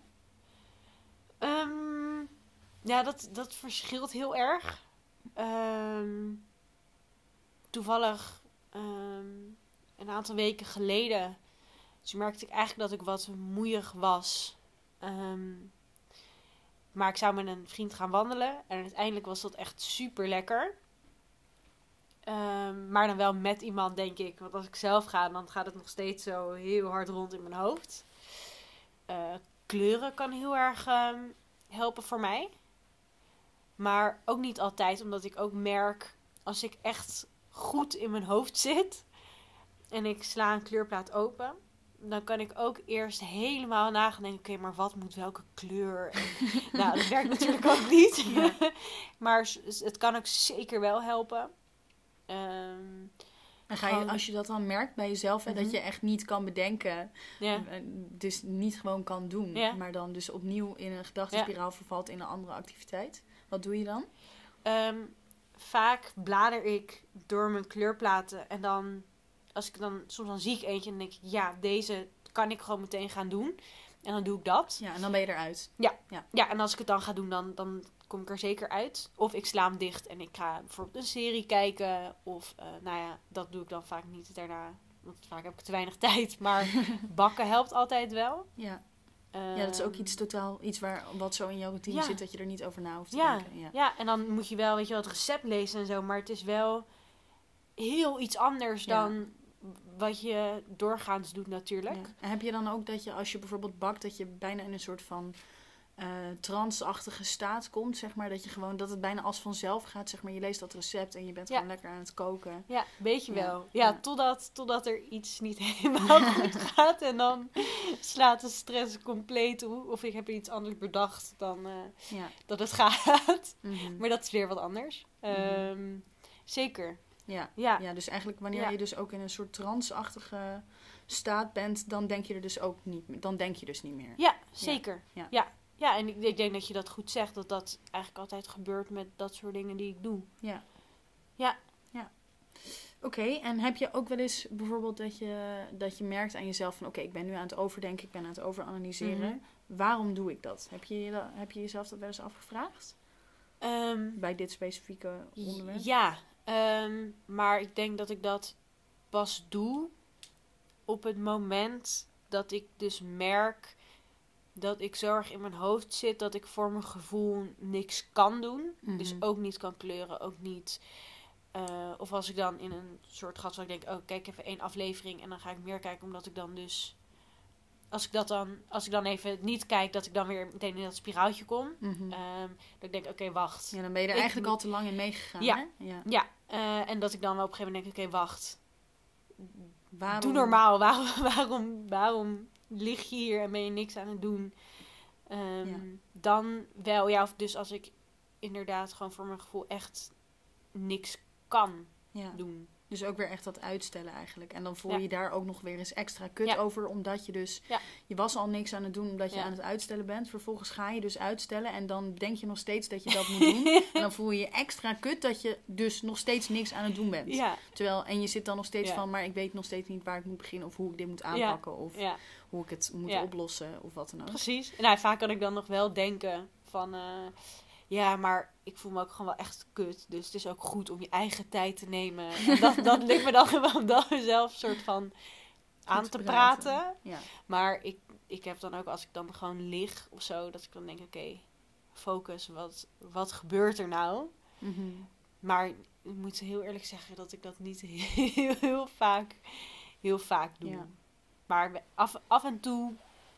Um, ja, dat, dat verschilt heel erg. Um, toevallig um, een aantal weken geleden dus merkte ik eigenlijk dat ik wat moeig was. Um, maar ik zou met een vriend gaan wandelen. En uiteindelijk was dat echt super lekker. Um, maar dan wel met iemand, denk ik. Want als ik zelf ga, dan gaat het nog steeds zo heel hard rond in mijn hoofd. Uh, kleuren kan heel erg um, helpen voor mij. Maar ook niet altijd, omdat ik ook merk, als ik echt goed in mijn hoofd zit en ik sla een kleurplaat open, dan kan ik ook eerst helemaal na gaan denken, oké, okay, maar wat moet welke kleur? En, nou, dat werkt natuurlijk ook niet. Ja. Maar het kan ook zeker wel helpen. Um, en ga je, als je dat dan merkt bij jezelf, hè, mm-hmm. dat je echt niet kan bedenken, ja. dus niet gewoon kan doen, ja. maar dan dus opnieuw in een gedachtenspiraal ja. vervalt in een andere activiteit. Wat doe je dan? Um, vaak blader ik door mijn kleurplaten en dan, als ik dan, soms dan zie ik eentje en denk ik, ja, deze kan ik gewoon meteen gaan doen. En dan doe ik dat. Ja, en dan ben je eruit. Ja, ja. ja en als ik het dan ga doen, dan, dan kom ik er zeker uit. Of ik sla hem dicht en ik ga bijvoorbeeld een serie kijken. Of, uh, nou ja, dat doe ik dan vaak niet daarna. Want vaak heb ik te weinig tijd. Maar bakken helpt altijd wel. Ja. Ja, dat is ook iets totaal, iets waar, wat zo in jouw routine ja. zit, dat je er niet over na hoeft te ja. denken. Ja. ja, en dan moet je wel, weet je wel, het recept lezen en zo, maar het is wel heel iets anders ja. dan wat je doorgaans doet natuurlijk. Ja. En heb je dan ook dat je, als je bijvoorbeeld bakt, dat je bijna in een soort van uh, trance-achtige staat komt, zeg maar, dat je gewoon, dat het bijna als vanzelf gaat, zeg maar, je leest dat recept en je bent ja. gewoon lekker aan het koken. Ja, weet je ja. wel. Ja, ja. Totdat, totdat er iets niet helemaal goed gaat en dan slaat de stress compleet toe. Of ik heb iets anders bedacht dan uh, ja. dat het gaat. Mm-hmm. Maar dat is weer wat anders. Mm-hmm. Um, zeker. Ja. Ja. ja, dus eigenlijk wanneer ja. je dus ook in een soort trance-achtige staat bent, dan denk je er dus ook niet meer. Dan denk je dus niet meer. Ja, zeker. Ja, ja. ja. ja en ik, ik denk dat je dat goed zegt, dat dat eigenlijk altijd gebeurt met dat soort dingen die ik doe. Ja. Ja. ja. Oké, okay, en heb je ook wel eens bijvoorbeeld dat je, dat je merkt aan jezelf van oké, okay, ik ben nu aan het overdenken, ik ben aan het overanalyseren. Mm-hmm. Waarom doe ik dat? Heb je, heb je jezelf dat wel eens afgevraagd? Um, Bij dit specifieke onderwerp? Ja, um, maar ik denk dat ik dat pas doe op het moment dat ik dus merk dat ik zo erg in mijn hoofd zit dat ik voor mijn gevoel niks kan doen. Mm-hmm. Dus ook niet kan kleuren, ook niet. Uh, of als ik dan in een soort gat zou ik denk, oh, kijk even één aflevering en dan ga ik meer kijken, omdat ik dan dus, als ik dat dan, als ik dan even niet kijk, dat ik dan weer meteen in dat spiraaltje kom. Mm-hmm. Um, dat ik denk, oké, okay, wacht. Ja, dan ben je er ik, eigenlijk al te lang in meegegaan. Ja, hè? ja. ja. Uh, en dat ik dan wel op een gegeven moment denk, oké, okay, wacht. Waarom? Doe normaal. Waarom, waarom, waarom lig je hier en ben je niks aan het doen? Um, ja. Dan wel, ja, of dus als ik inderdaad gewoon voor mijn gevoel echt niks kan ja. doen. Dus ook weer echt dat uitstellen eigenlijk. En dan voel je ja. je daar ook nog weer eens extra kut ja. over. Omdat je dus... Ja. Je was al niks aan het doen omdat je ja. aan het uitstellen bent. Vervolgens ga je dus uitstellen. En dan denk je nog steeds dat je dat moet doen. En dan voel je je extra kut dat je dus nog steeds niks aan het doen bent. Ja. Terwijl, en je zit dan nog steeds ja. van... Maar ik weet nog steeds niet waar ik moet beginnen. Of hoe ik dit moet aanpakken. Ja. Of ja. hoe ik het moet ja. oplossen. Of wat dan ook. Precies. En nou, vaak kan ik dan nog wel denken van... Uh, ja, maar ik voel me ook gewoon wel echt kut. Dus het is ook goed om je eigen tijd te nemen. En dat, dat lukt me dan gewoon dan zelf soort van aan te, te praten. praten. Ja. Maar ik, ik heb dan ook, als ik dan gewoon lig of zo, dat ik dan denk, oké, okay, focus. Wat, wat gebeurt er nou? Mm-hmm. Maar ik moet heel eerlijk zeggen dat ik dat niet heel, heel vaak, heel vaak doe. Ja. Maar af, af en toe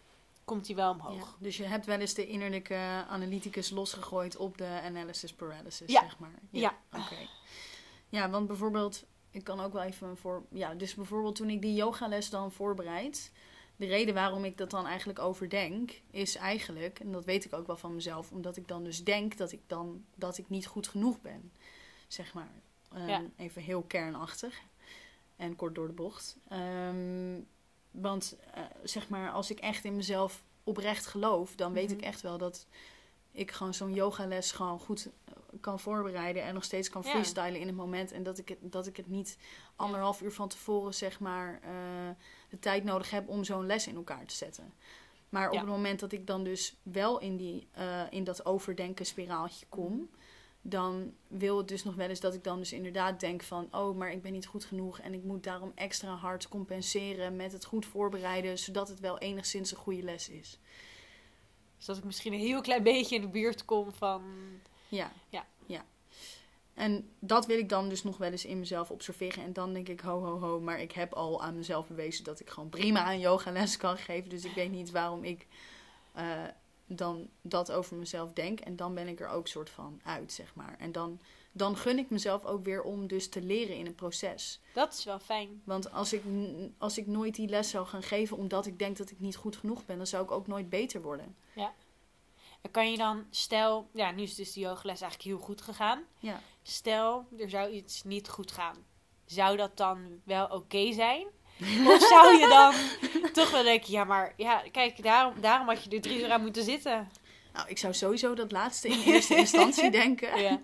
komt hij wel omhoog. Ja, dus je hebt wel eens de innerlijke analyticus losgegooid op de analysis paralysis, Ja. zeg maar. Ja. Oké. Ja, want bijvoorbeeld, ik kan ook wel even voor... Ja, dus bijvoorbeeld toen ik die yogales dan voorbereid... De reden waarom ik dat dan eigenlijk overdenk, is eigenlijk... En dat weet ik ook wel van mezelf, omdat ik dan dus denk dat ik dan dat ik niet goed genoeg ben. Zeg maar. Um, Ja. Even heel kernachtig. En kort door de bocht. Um, want uh, zeg maar, als ik echt in mezelf oprecht geloof, dan weet Mhm. ik echt wel dat ik gewoon zo'n yogales gewoon goed uh, kan voorbereiden en nog steeds kan Ja. freestylen in het moment. En dat ik het, dat ik het niet anderhalf uur van tevoren, zeg maar, uh, de tijd nodig heb om zo'n les in elkaar te zetten. Maar op Ja. het moment dat ik dan dus wel in, die, uh, in dat overdenken spiraaltje kom, dan wil het dus nog wel eens dat ik dan dus inderdaad denk van... oh, maar ik ben niet goed genoeg en ik moet daarom extra hard compenseren met het goed voorbereiden, zodat het wel enigszins een goede les is. Dus dat ik misschien een heel klein beetje in de buurt kom van... Ja, Ja. ja. En dat wil ik dan dus nog wel eens in mezelf observeren. En dan denk ik, ho, ho, ho, maar ik heb al aan mezelf bewezen dat ik gewoon prima een yogales kan geven. Dus ik weet niet waarom ik uh, dan dat over mezelf denk. En dan ben ik er ook soort van uit, zeg maar. En dan, dan gun ik mezelf ook weer om dus te leren in een proces. Dat is wel fijn. Want als ik, als ik nooit die les zou gaan geven omdat ik denk dat ik niet goed genoeg ben, dan zou ik ook nooit beter worden. Ja. En kan je dan, stel, ja, nu is dus die yogales eigenlijk heel goed gegaan. Ja. Stel, er zou iets niet goed gaan. Zou dat dan wel oké okay zijn? Of zou je dan toch wel denken, ja, maar ja, kijk, daarom, daarom had je er drie uur aan moeten zitten. Nou, ik zou sowieso dat laatste in eerste instantie denken. Ja.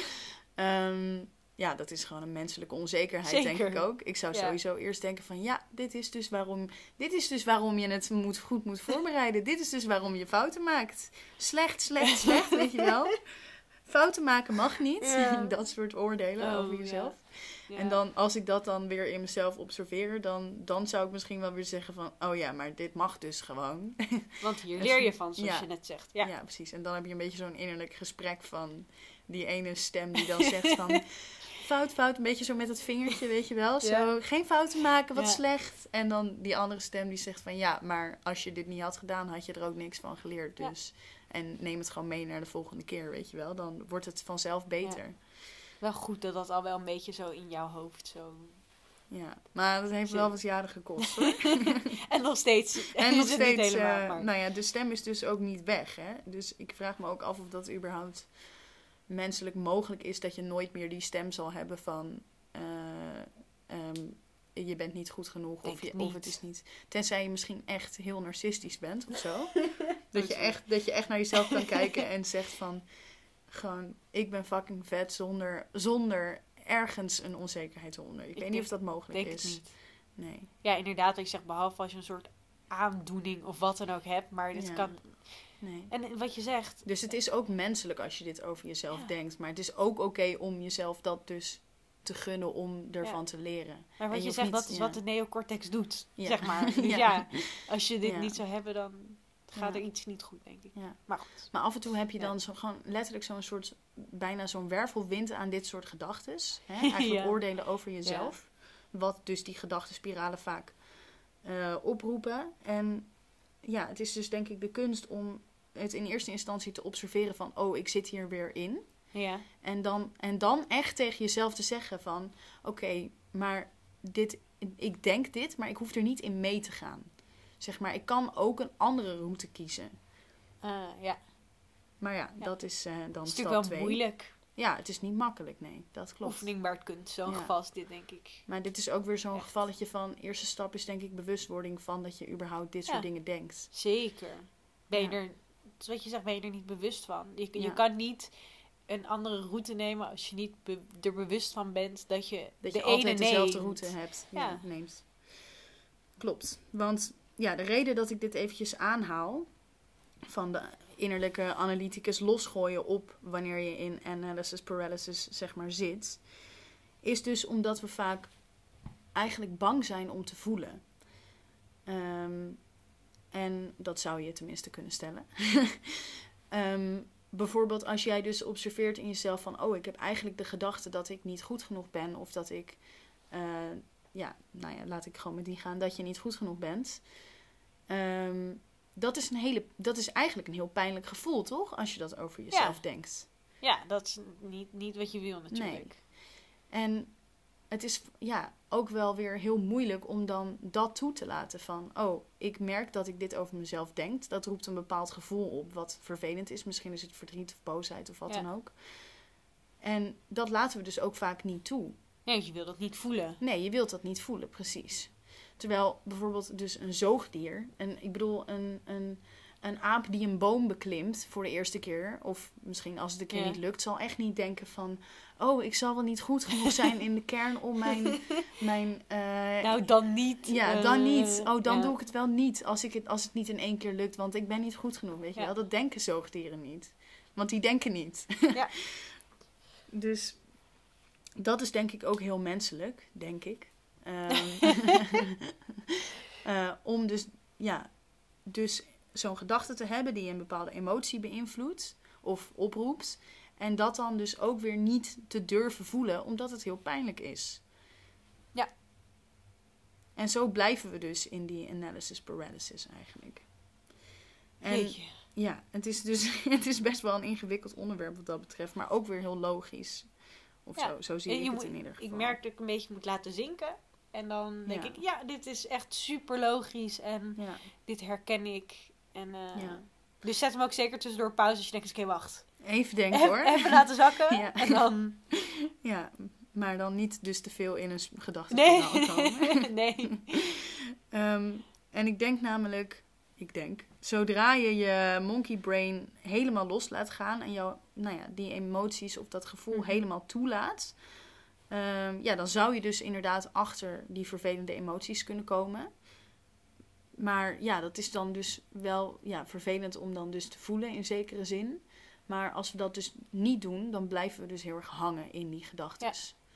um, ja, dat is gewoon een menselijke onzekerheid, Zeker. denk ik ook. Ik zou Ja. sowieso eerst denken van, ja, dit is dus waarom, dit is dus waarom je het moet, goed moet voorbereiden. Dit is dus waarom je fouten maakt. Slecht, slecht, slecht, weet je wel. Fouten maken mag niet. Ja. Dat soort oordelen Oh, over jezelf. Ja. Ja. En dan, als ik dat dan weer in mezelf observeer, dan, dan zou ik misschien wel weer zeggen van, oh ja, maar dit mag dus gewoon. Want hier leer je van, zoals Ja. je net zegt. Ja. Ja, precies. En dan heb je een beetje zo'n innerlijk gesprek van die ene stem die dan zegt van... Fout, fout, een beetje zo met het vingertje, weet je wel. Zo, Ja. geen fouten maken, wat Ja. slecht. En dan die andere stem die zegt van... Ja, maar als je dit niet had gedaan, had je er ook niks van geleerd. Ja. Dus. En neem het gewoon mee naar de volgende keer, weet je wel. Dan wordt het vanzelf beter. Ja. Wel goed dat dat al wel een beetje zo in jouw hoofd zo... Ja, maar dat heeft Zo. wel wat jaren gekost, hoor. En nog steeds. En is nog het niet steeds, helemaal, uh, maar- nou ja, de stem is dus ook niet weg, hè. Dus ik vraag me ook af of dat überhaupt menselijk mogelijk is dat je nooit meer die stem zal hebben van... Uh, um, je bent niet goed genoeg Denk of, je, het niet. of het is niet... Tenzij je misschien echt heel narcistisch bent of zo. dat, je echt, dat je echt naar jezelf kan kijken en zegt van... Gewoon, ik ben fucking vet zonder, zonder ergens een onzekerheid onder. Ik, Ik weet denk- niet of dat mogelijk denk is. het niet. Nee. Ja, inderdaad, wat je zegt, behalve als je een soort aandoening of wat dan ook hebt. Maar dit Ja. kan... nee. En wat je zegt... Dus het is ook menselijk als je dit over jezelf Ja. denkt. Maar het is ook oké om jezelf dat dus te gunnen om ervan Ja. te leren. Maar En wat je hoeft zegt, niet- dat is ja. wat de neocortex doet, Ja. zeg maar. Dus Ja. ja. als je dit Ja. niet zou hebben, dan gaat Ja. er iets niet goed, denk ik. Ja. Maar goed. Maar af en toe heb je Ja. dan zo, gewoon letterlijk zo'n soort, bijna zo'n wervelwind aan dit soort gedachtes. Hè? Eigenlijk Ja. oordelen over jezelf. Wat dus die gedachtenspiralen vaak uh, oproepen. En ja, het is dus denk ik de kunst om het in eerste instantie te observeren van... oh, ik zit hier weer in. Ja. En dan, en dan echt tegen jezelf te zeggen van... oké, okay, maar dit, ik denk dit, maar ik hoef er niet in mee te gaan. Zeg maar, ik kan ook een andere route kiezen. Uh, ja. Maar ja, Ja. dat is uh, dan Het is stap natuurlijk wel twee. moeilijk. Ja, het is niet makkelijk, nee. Dat klopt. Oefening baart kunst. Zo'n Ja. geval is dit, denk ik. Maar dit is ook weer zo'n Echt. gevalletje van... eerste stap is denk ik bewustwording van dat je überhaupt dit soort Ja. dingen denkt. Zeker. Ben je Ja. er, wat je zegt, ben je er niet bewust van. Je, je Ja. kan niet een andere route nemen als je niet be- er bewust van bent dat je Dat de je ene altijd dezelfde neemt. route hebt. Ja, Ja. neemt. Klopt. Want ja, de reden dat ik dit eventjes aanhaal... van de innerlijke analyticus losgooien op wanneer je in analysis paralysis zeg maar zit... is dus omdat we vaak eigenlijk bang zijn om te voelen. Um, en dat zou je tenminste kunnen stellen. um, bijvoorbeeld als jij dus observeert in jezelf van... oh, ik heb eigenlijk de gedachte dat ik niet goed genoeg ben... of dat ik, uh, ja, nou ja, laat ik gewoon met die gaan... dat je niet goed genoeg bent... Um, dat is, een hele, dat is eigenlijk een heel pijnlijk gevoel, toch? Als je dat over jezelf Ja. denkt. Ja, dat is niet, niet wat je wil natuurlijk. Nee. En het is ja, ook wel weer heel moeilijk om dan dat toe te laten van... oh, ik merk dat ik dit over mezelf denk. Dat roept een bepaald gevoel op wat vervelend is. Misschien is het verdriet of boosheid of wat Ja. dan ook. En dat laten we dus ook vaak niet toe. Nee, want je wil dat niet voelen. Nee, je wilt dat niet voelen, precies. Terwijl bijvoorbeeld dus een zoogdier... en ik bedoel een, een, een aap die een boom beklimt voor de eerste keer... of misschien als het een keer Ja. niet lukt... zal echt niet denken van... oh, ik zal wel niet goed genoeg zijn in de kern om mijn... mijn eh, Nou, dan niet. ja, eh, dan niet. Oh, dan ja. doe ik het wel niet als, ik het als het niet in één keer lukt... want ik ben niet goed genoeg, weet je Ja. wel. Dat denken zoogdieren niet. Want die denken niet. Ja. Dus dat is denk ik ook heel menselijk, denk ik. Ehm, eh, om dus, ja, dus zo'n gedachte te hebben die een bepaalde emotie beïnvloedt of oproept. En dat dan dus ook weer niet te durven voelen, omdat het heel pijnlijk is. Ja. En zo blijven we dus in die analysis paralysis eigenlijk. En Jeetje. ja, het is dus het is best wel een ingewikkeld onderwerp wat dat betreft, maar ook weer heel logisch. Of Ja. zo, zo zie En ik je het moet- in ieder geval. Ik merk dat ik een beetje moet laten zinken. En dan denk Ja. ik, ja, dit is echt super logisch. En Ja, dit herken ik. En, eh, Ja. Dus zet hem ook zeker tussendoor pauze als je denkt, oké, wacht. even denken Even, hoor. even laten zakken. Ja. En dan... Ja, maar dan niet dus te veel in een gedachte Nee. komen. nee. Ehm, en ik denk namelijk, ik denk, zodra je je monkey brain helemaal los laat gaan en jouw, nou ja, die emoties of dat gevoel Mhm. helemaal toelaat, ehm, ja, dan zou je dus inderdaad achter die vervelende emoties kunnen komen. Maar ja, dat is dan dus wel ja, vervelend om dan dus te voelen in zekere zin. Maar als we dat dus niet doen, dan blijven we dus heel erg hangen in die gedachten.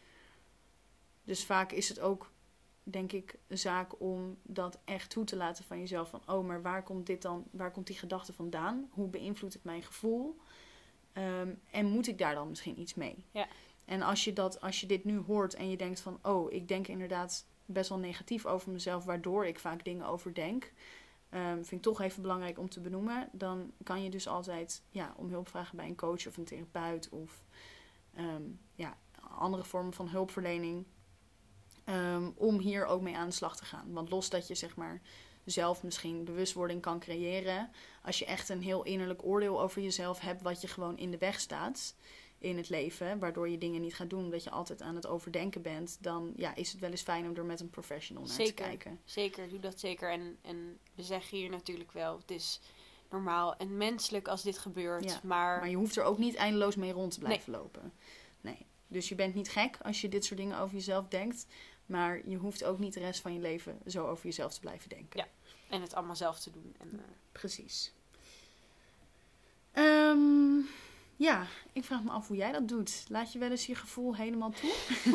Dus vaak is het ook, denk ik, een zaak om dat echt toe te laten van jezelf. Van, oh, maar waar komt dit dan, waar komt die gedachte vandaan? Hoe beïnvloedt het mijn gevoel? Ehm, en moet ik daar dan misschien iets mee? Ja. En als je, dat, als je dit nu hoort en je denkt van, oh, ik denk inderdaad best wel negatief over mezelf, waardoor ik vaak dingen overdenk. Um, vind ik toch even belangrijk om te benoemen. Dan kan je dus altijd ja, om hulp vragen bij een coach of een therapeut of um, ja, andere vormen van hulpverlening. Um, om hier ook mee aan de slag te gaan. Want los dat je zeg maar zelf misschien bewustwording kan creëren. Als je echt een heel innerlijk oordeel over jezelf hebt, wat je gewoon in de weg staat in het leven, waardoor je dingen niet gaat doen omdat je altijd aan het overdenken bent, dan ja, is het wel eens fijn om er met een professional naar Zeker. te kijken. Zeker, doe dat zeker. En, en we zeggen hier natuurlijk wel, het is normaal en menselijk als dit gebeurt. Ja, maar... Maar je hoeft er ook niet eindeloos mee rond te blijven lopen. Nee. Dus je bent niet gek als je dit soort dingen over jezelf denkt. Maar je hoeft ook niet de rest van je leven zo over jezelf te blijven denken. Ja. En het allemaal zelf te doen. En, uh... Precies. Um, ja, ik vraag me af hoe jij dat doet. Laat je wel eens je gevoel helemaal toe?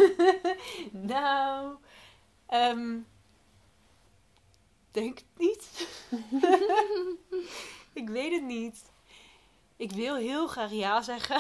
nou, um, denk het niet. Ik weet het niet. Ik wil heel graag ja zeggen.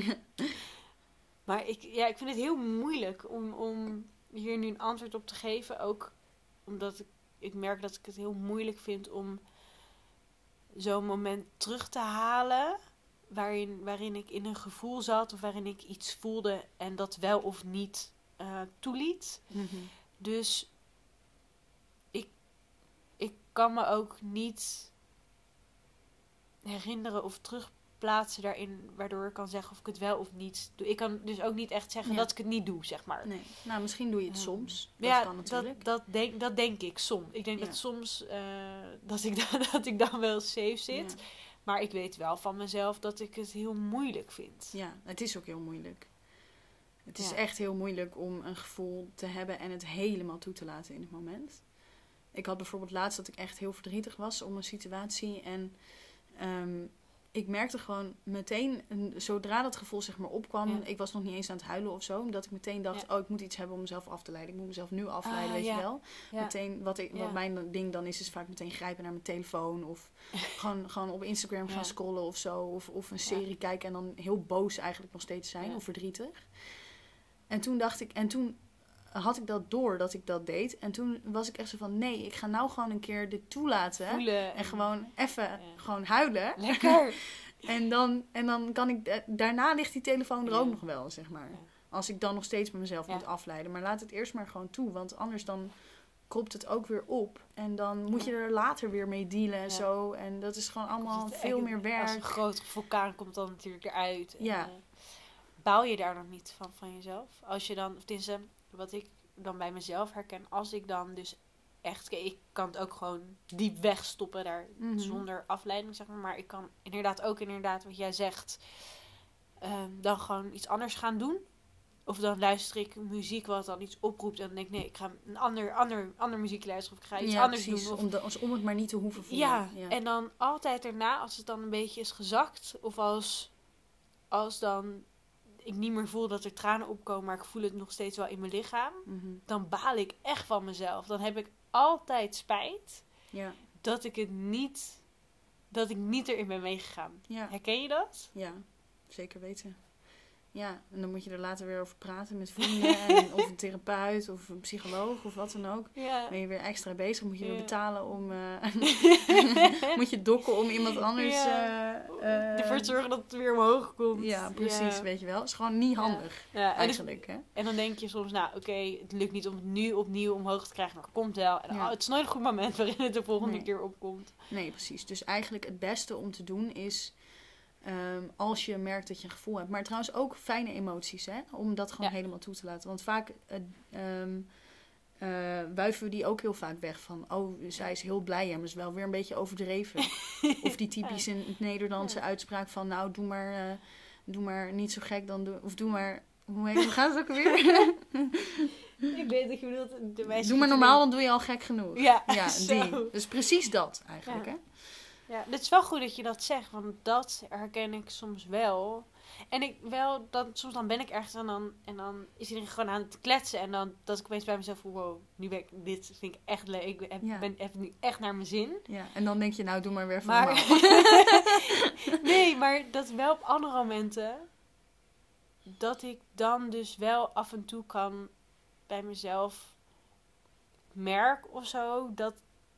Maar ik, ja, ik vind het heel moeilijk om, om hier nu een antwoord op te geven. Ook omdat ik, ik merk dat ik het heel moeilijk vind om zo'n moment terug te halen. Waarin, waarin ik in een gevoel zat of waarin ik iets voelde en dat wel of niet uh, toeliet. Mm-hmm. Dus ik, ik kan me ook niet herinneren of terugplaatsen daarin, waardoor ik kan zeggen of ik het wel of niet doe. Ik kan dus ook niet echt zeggen Ja. dat ik het niet doe, zeg maar. Nee. Nou, misschien doe je het Um, soms. Dat ja, kan natuurlijk. dat, dat, denk, dat denk ik soms. Ik denk Ja. dat soms uh, dat, ik dan, dat ik dan wel safe zit. Ja. Maar ik weet wel van mezelf dat ik het heel moeilijk vind. Ja, het is ook heel moeilijk. Het is Ja. echt heel moeilijk om een gevoel te hebben en het helemaal toe te laten in het moment. Ik had bijvoorbeeld laatst dat ik echt heel verdrietig was om een situatie. En um, ik merkte gewoon meteen, zodra dat gevoel zeg maar opkwam, Ja. ik was nog niet eens aan het huilen of zo, omdat ik meteen dacht, Ja. oh, ik moet iets hebben om mezelf af te leiden. Ik moet mezelf nu afleiden, Ah, weet ja. je wel. Ja. Meteen, wat, ik, Ja. wat mijn ding dan is, is vaak meteen grijpen naar mijn telefoon of gewoon, gewoon op Instagram gaan Ja. scrollen of zo. Of, of een serie Ja. kijken en dan heel boos eigenlijk nog steeds zijn Ja. of verdrietig. En toen dacht ik, en toen had ik dat door dat ik dat deed. En toen was ik echt zo van, nee, ik ga nou gewoon een keer dit toelaten. Voelen. En gewoon even Ja. gewoon huilen. Lekker. en, dan, en dan kan ik, da- daarna ligt die telefoon er ook Ja. nog wel, zeg maar. Ja. Als ik dan nog steeds met mezelf Ja. moet afleiden. Maar laat het eerst maar gewoon toe, want anders dan kropt het ook weer op. En dan moet je er later weer mee dealen en Ja. zo. En dat is gewoon allemaal Dus het veel eigenlijk- meer Als een werk. grote vulkaan komt dan natuurlijk eruit. En, Ja. eh, baal je daar nog niet van, van jezelf? Als je dan, of tenminste, wat ik dan bij mezelf herken, als ik dan dus echt, ik kan het ook gewoon diep wegstoppen daar, Mhm. zonder afleiding, zeg maar. Maar ik kan inderdaad ook inderdaad, wat jij zegt, ehm, dan gewoon iets anders gaan doen. Of dan luister ik muziek wat dan iets oproept en dan denk ik, nee, ik ga een ander, ander, ander muziek luisteren of ik ga iets Ja, anders precies. doen. Of, Om, de, als- om het maar niet te hoeven voelen. ja, en dan altijd daarna, als het dan een beetje is gezakt, of als, als dan ik niet meer voel dat er tranen opkomen, maar ik voel het nog steeds wel in mijn lichaam, Mhm. dan baal ik echt van mezelf. Dan heb ik altijd spijt ja. dat ik het niet, dat ik niet erin ben meegegaan. Ja. Herken je dat? ja, zeker weten. Ja, en dan moet je er later weer over praten met vrienden. en, of een therapeut of een psycholoog of wat dan ook. Ja. Ben je weer extra bezig, moet je weer Ja. betalen om... eh, moet je dokken om iemand anders... Ja. eh, eh, Ervoor te zorgen dat het weer omhoog komt. ja, precies, Ja. weet je wel. Het is gewoon niet handig, Ja, en, dus- eigenlijk. Hè? en dan denk je soms, nou oké, het lukt niet om het nu opnieuw omhoog te krijgen, maar het komt wel. En, Ja. oh, het is nooit een goed moment waarin het de volgende Nee. keer opkomt. Nee, precies. Dus eigenlijk het beste om te doen is... ehm, als je merkt dat je een gevoel hebt. Maar trouwens ook fijne emoties, hè? Om dat gewoon Ja. helemaal toe te laten. Want vaak eh, ehm, eh, wuiven we die ook heel vaak weg. Van, oh, zij is heel blij. Ja, maar is wel weer een beetje overdreven. Of die typische Nederlandse Ja. uitspraak van... Nou, doe maar, eh, doe maar niet zo gek dan... Doe, of doe maar... Hoe, heet, hoe gaat het ook alweer? Ik weet dat je bedoelt, de meisjes doe maar normaal, dan doe je al gek genoeg. Ja, Ja, zo. die. Dus precies dat eigenlijk, Ja. hè? Ja, het is wel goed dat je dat zegt, want dat herken ik soms wel. En ik wel, dan, soms dan ben ik ergens en dan, en dan is iedereen gewoon aan het kletsen. En dan dat ik opeens bij mezelf voel, wow, nu ben ik, dit vind ik echt leuk. Ik heb, Ja. ben heb nu echt naar mijn zin. Ja, en dan denk je, nou, doe maar weer van Maar, normaal. nee, maar dat wel op andere momenten, dat ik dan dus wel af en toe kan bij mezelf merk of zo, dat,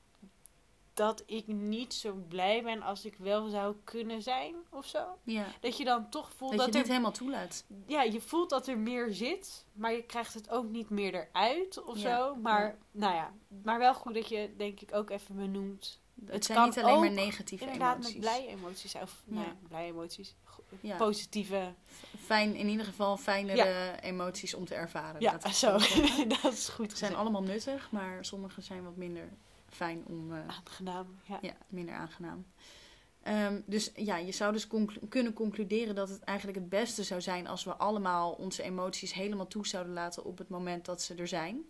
dat ik niet zo blij ben als ik wel zou kunnen zijn of zo. Ja. Dat je dan toch voelt Dat, dat, je er, dit helemaal toelaat. ja, je voelt dat er meer zit, maar je krijgt het ook niet meer eruit of Ja, zo. Maar, ja. nou ja, maar wel goed dat je, denk ik, ook even benoemt. Het zijn kan niet alleen maar ook negatieve Inderdaad, emoties. met blije emoties zijn. Of, Ja. nou ja, blije emoties. Go- Ja. Positieve. Fijn, in ieder geval fijnere emoties om te ervaren. Ja, laat ik zo. het zeggen. Dat is goed Ze zijn gezegd. allemaal nuttig, maar sommige zijn wat minder fijn om... eh, Aangenaam. Ja. ja, minder aangenaam. Ehm, dus ja, je zou dus conclu- kunnen concluderen dat het eigenlijk het beste zou zijn als we allemaal onze emoties helemaal toe zouden laten op het moment dat ze er zijn.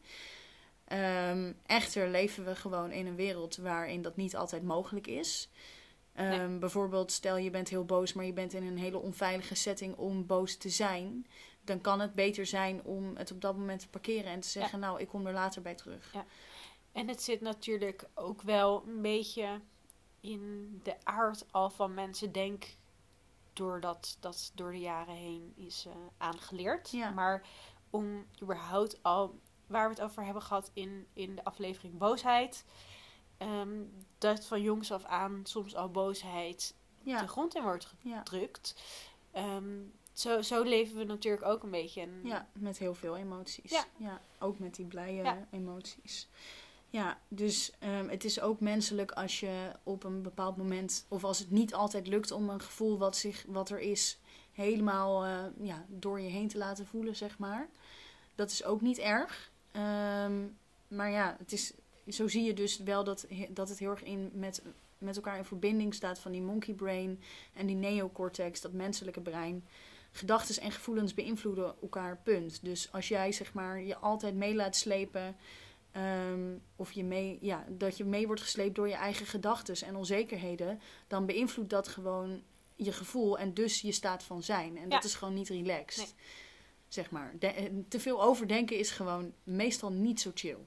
Ehm, echter leven we gewoon in een wereld waarin dat niet altijd mogelijk is. Ehm, Nee. Bijvoorbeeld, stel je bent heel boos, maar je bent in een hele onveilige setting om boos te zijn. Dan kan het beter zijn om het op dat moment te parkeren en te zeggen, nou, ik kom er later bij terug. Ja. En het zit natuurlijk ook wel een beetje in de aard al van mensen, denk doordat dat door de jaren heen is uh, aangeleerd. Ja. Maar om überhaupt al, waar we het over hebben gehad in, in de aflevering boosheid, um, dat van jongs af aan soms al boosheid Ja, de grond in wordt ja. gedrukt. Um, zo, zo leven we natuurlijk ook een beetje. En, Ja, met heel veel emoties. Ja. Ja, ook met die blije Ja. emoties. Ja, dus ehm, het is ook menselijk als je op een bepaald moment, of als het niet altijd lukt om een gevoel wat, zich, wat er is, helemaal eh, ja, door je heen te laten voelen, zeg maar. Dat is ook niet erg. Ehm, maar ja, het is, zo zie je dus wel dat, dat het heel erg in met, met elkaar in verbinding staat van die monkey brain en die neocortex, dat menselijke brein. Gedachten en gevoelens beïnvloeden elkaar, punt. Dus als jij zeg maar je altijd mee laat slepen, um, of je mee, ja, dat je mee wordt gesleept door je eigen gedachten en onzekerheden, dan beïnvloedt dat gewoon je gevoel en dus je staat van zijn. En Ja. dat is gewoon niet relaxed. Nee. Zeg maar. De, te veel overdenken is gewoon meestal niet zo chill.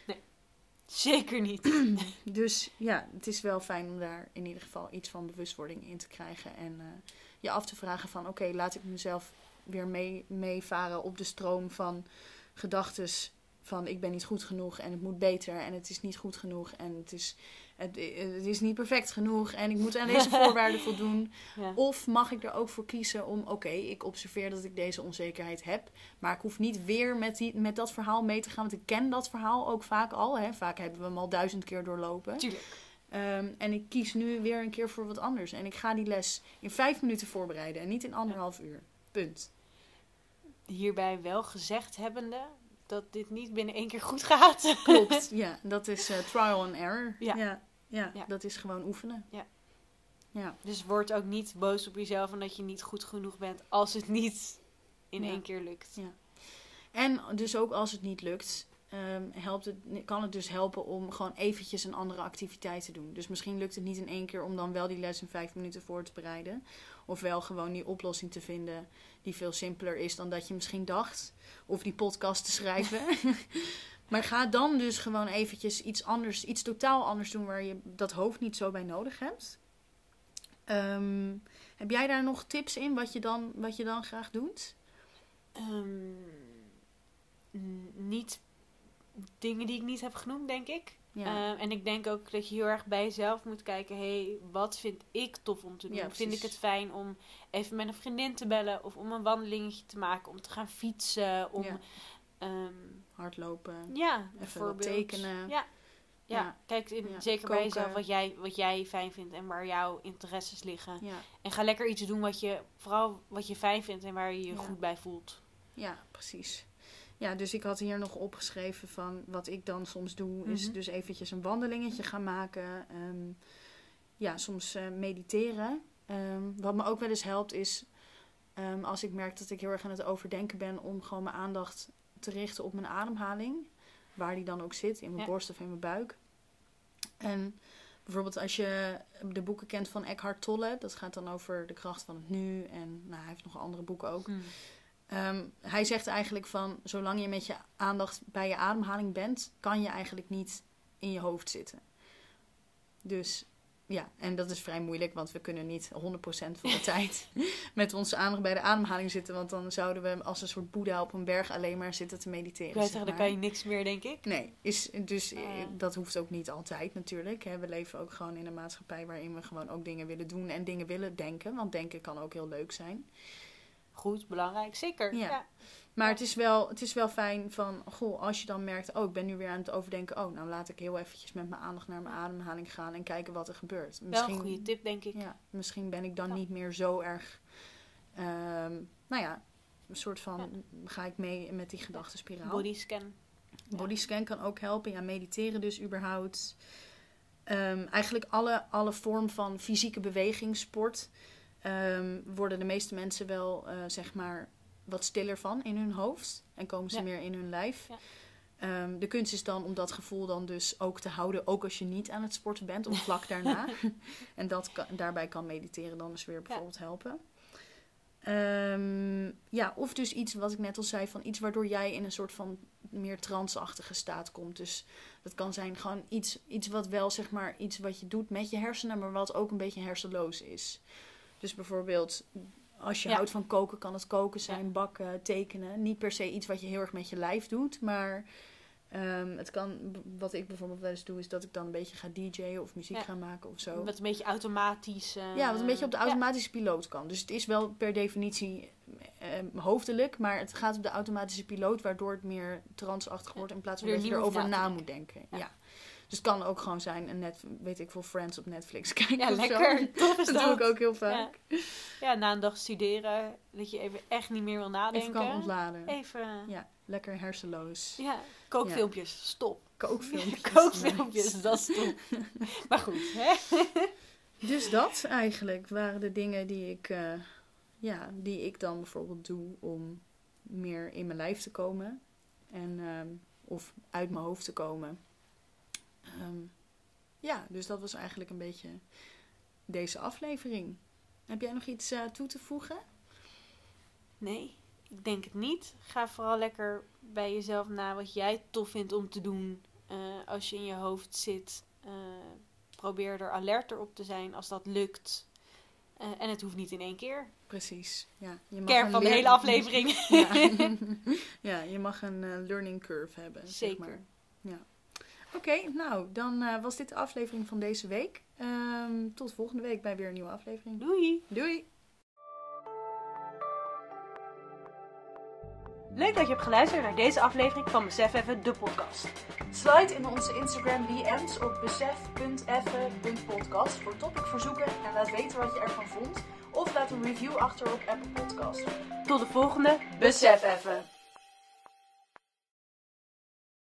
Zeker niet. Dus ja, het is wel fijn om daar in ieder geval iets van bewustwording in te krijgen. En uh, je af te vragen van oké, okay, laat ik mezelf weer mee, meevaren op de stroom van gedachtes van ik ben niet goed genoeg en het moet beter en het is niet goed genoeg en het is, het, het is niet perfect genoeg en ik moet aan deze voorwaarden voldoen. Ja. Of mag ik er ook voor kiezen om, oké, okay, ik observeer dat ik deze onzekerheid heb, maar ik hoef niet weer met, die, met dat verhaal mee te gaan, want ik ken dat verhaal ook vaak al. Hè? Vaak hebben we hem al duizend keer doorlopen. Tuurlijk. Um, en ik kies nu weer een keer voor wat anders. En ik ga die les in vijf minuten voorbereiden en niet in anderhalf uur. Punt. Hierbij wel gezegd hebbende dat dit niet binnen één keer goed gaat. Klopt, ja. Dat is uh, trial and error. Ja. Ja, ja, Ja. Dat is gewoon oefenen. Ja. Ja. Dus word ook niet boos op jezelf omdat je niet goed genoeg bent als het niet in Ja. één keer lukt. Ja. En dus ook als het niet lukt, um, helpt het, kan het dus helpen om gewoon eventjes een andere activiteit te doen. Dus misschien lukt het niet in één keer om dan wel die les in vijf minuten voor te bereiden. Of wel gewoon die oplossing te vinden die veel simpeler is dan dat je misschien dacht. Of die podcast te schrijven. Maar ga dan dus gewoon eventjes iets anders, iets totaal anders doen waar je dat hoofd niet zo bij nodig hebt. Um, heb jij daar nog tips in wat je dan, wat je dan graag doet? Um, n- niet dingen die ik niet heb genoemd, denk ik. Ja. Um, en ik denk ook dat je heel erg bij jezelf moet kijken. Hé, hey, wat vind ik tof om te doen? Ja, vind ik precies. het fijn om even met een vriendin te bellen? Of om een wandelingetje te maken? Om te gaan fietsen? Om, Ja. um, Hardlopen. ja, Even wat bijvoorbeeld. tekenen. Ja. Ja, Ja. kijk in, Ja. zeker bij Koken. jezelf wat jij, wat jij fijn vindt en waar jouw interesses liggen. Ja. En ga lekker iets doen wat je, vooral wat je fijn vindt en waar je je Ja. goed bij voelt. Ja, precies. Ja, dus ik had hier nog opgeschreven van wat ik dan soms doe, is Mhm. dus eventjes een wandelingetje gaan maken. Um, ja, soms uh, mediteren. Um, wat me ook wel eens helpt is, um, als ik merk dat ik heel erg aan het overdenken ben, om gewoon mijn aandacht te richten op mijn ademhaling. Waar die dan ook zit, in mijn Ja. borst of in mijn buik. En bijvoorbeeld als je de boeken kent van Eckhart Tolle, dat gaat dan over de kracht van het nu. En nou, hij heeft nog andere boeken ook. Hmm. Um, hij zegt eigenlijk van, zolang je met je aandacht bij je ademhaling bent, kan je eigenlijk niet in je hoofd zitten. Dus ja, en dat is vrij moeilijk, want we kunnen niet honderd procent van de tijd met onze aandacht bij de ademhaling zitten. Want dan zouden we als een soort boeddha op een berg alleen maar zitten te mediteren. Ik wou zeg zeggen, dan maar. kan je niks meer, denk ik. Nee, is, dus Ah. eh, dat hoeft ook niet altijd natuurlijk. Hè. We leven ook gewoon in een maatschappij waarin we gewoon ook dingen willen doen en dingen willen denken. Want denken kan ook heel leuk zijn. Goed, belangrijk, zeker. Ja. Ja. Maar het is wel, het is wel fijn van, goh, als je dan merkt, oh, ik ben nu weer aan het overdenken. Oh, nou laat ik heel eventjes met mijn aandacht naar mijn ademhaling gaan en kijken wat er gebeurt. Wel een goede tip, denk ik. Ja, misschien ben ik dan Ja. niet meer zo erg, um, nou ja, een soort van, Ja. ga ik mee met die gedachtenspiraal. Bodyscan. Bodyscan kan ook helpen. Ja, mediteren dus überhaupt. Um, eigenlijk alle, alle vorm van fysieke beweging, sport, um, worden de meeste mensen wel, uh, zeg maar, wat stiller van in hun hoofd. En komen ze Ja. meer in hun lijf. Ja. Um, de kunst is dan om dat gevoel dan dus ook te houden, ook als je niet aan het sporten bent, of vlak daarna. En dat kan, daarbij kan mediteren dan dus weer bijvoorbeeld ja. helpen. Um, ja, of dus iets wat ik net al zei, van iets waardoor jij in een soort van meer trance-achtige staat komt. Dus dat kan zijn gewoon iets, iets wat wel, zeg maar, iets wat je doet met je hersenen, maar wat ook een beetje hersenloos is. Dus bijvoorbeeld, als je Ja. houdt van koken, kan het koken zijn, Ja. bakken, tekenen. Niet per se iets wat je heel erg met je lijf doet, maar um, het kan, wat ik bijvoorbeeld wel eens doe, is dat ik dan een beetje ga D J'en of muziek Ja. ga maken of zo. Wat een beetje automatisch. Uh, Ja, wat een beetje op de ja. automatische piloot kan. Dus het is wel per definitie eh, hoofdelijk, maar het gaat op de automatische piloot, waardoor het meer transachtig wordt in plaats van Waardoor dat je je niet meer erover hoeft na na te moet denken. Ja. Ja. Dus het kan ook gewoon zijn een net, weet ik veel, Friends op Netflix kijken Ja, of lekker. zo. Tof is Dat dat. doe ik ook heel vaak. Ja. ja, na een dag studeren, dat je even echt niet meer wil nadenken. Even kan ontladen. Even, Ja, lekker hersenloos. ja, kookfilmpjes, stop. Kookfilmpjes. Kookfilmpjes, dat is top. Maar goed, hè? Dus dat eigenlijk waren de dingen die ik, uh, ja, die ik dan bijvoorbeeld doe om meer in mijn lijf te komen. En, um, of uit mijn hoofd te komen. Um, ja, dus dat was eigenlijk een beetje deze aflevering. Heb jij nog iets uh, toe te voegen? Nee, ik denk het niet. Ga vooral lekker bij jezelf na wat jij tof vindt om te doen. Uh, als je in je hoofd zit, uh, probeer er alerter op te zijn als dat lukt. Uh, en het hoeft niet in één keer. Precies. Ja, je mag Kern een van de leer- hele aflevering. Ja. Ja, je mag een uh, learning curve hebben. Zeker. Zeg maar. Ja. Oké, okay, nou, dan uh, was dit de aflevering van deze week. Um, tot volgende week bij weer een nieuwe aflevering. Doei! Doei! Leuk dat je hebt geluisterd naar deze aflevering van Besef Even, de podcast. Slide in onze Instagram D M's op besef punt effe punt podcast voor topicverzoeken en laat weten wat je ervan vond. Of laat een review achter op Apple Podcast. Tot de volgende Besef Even!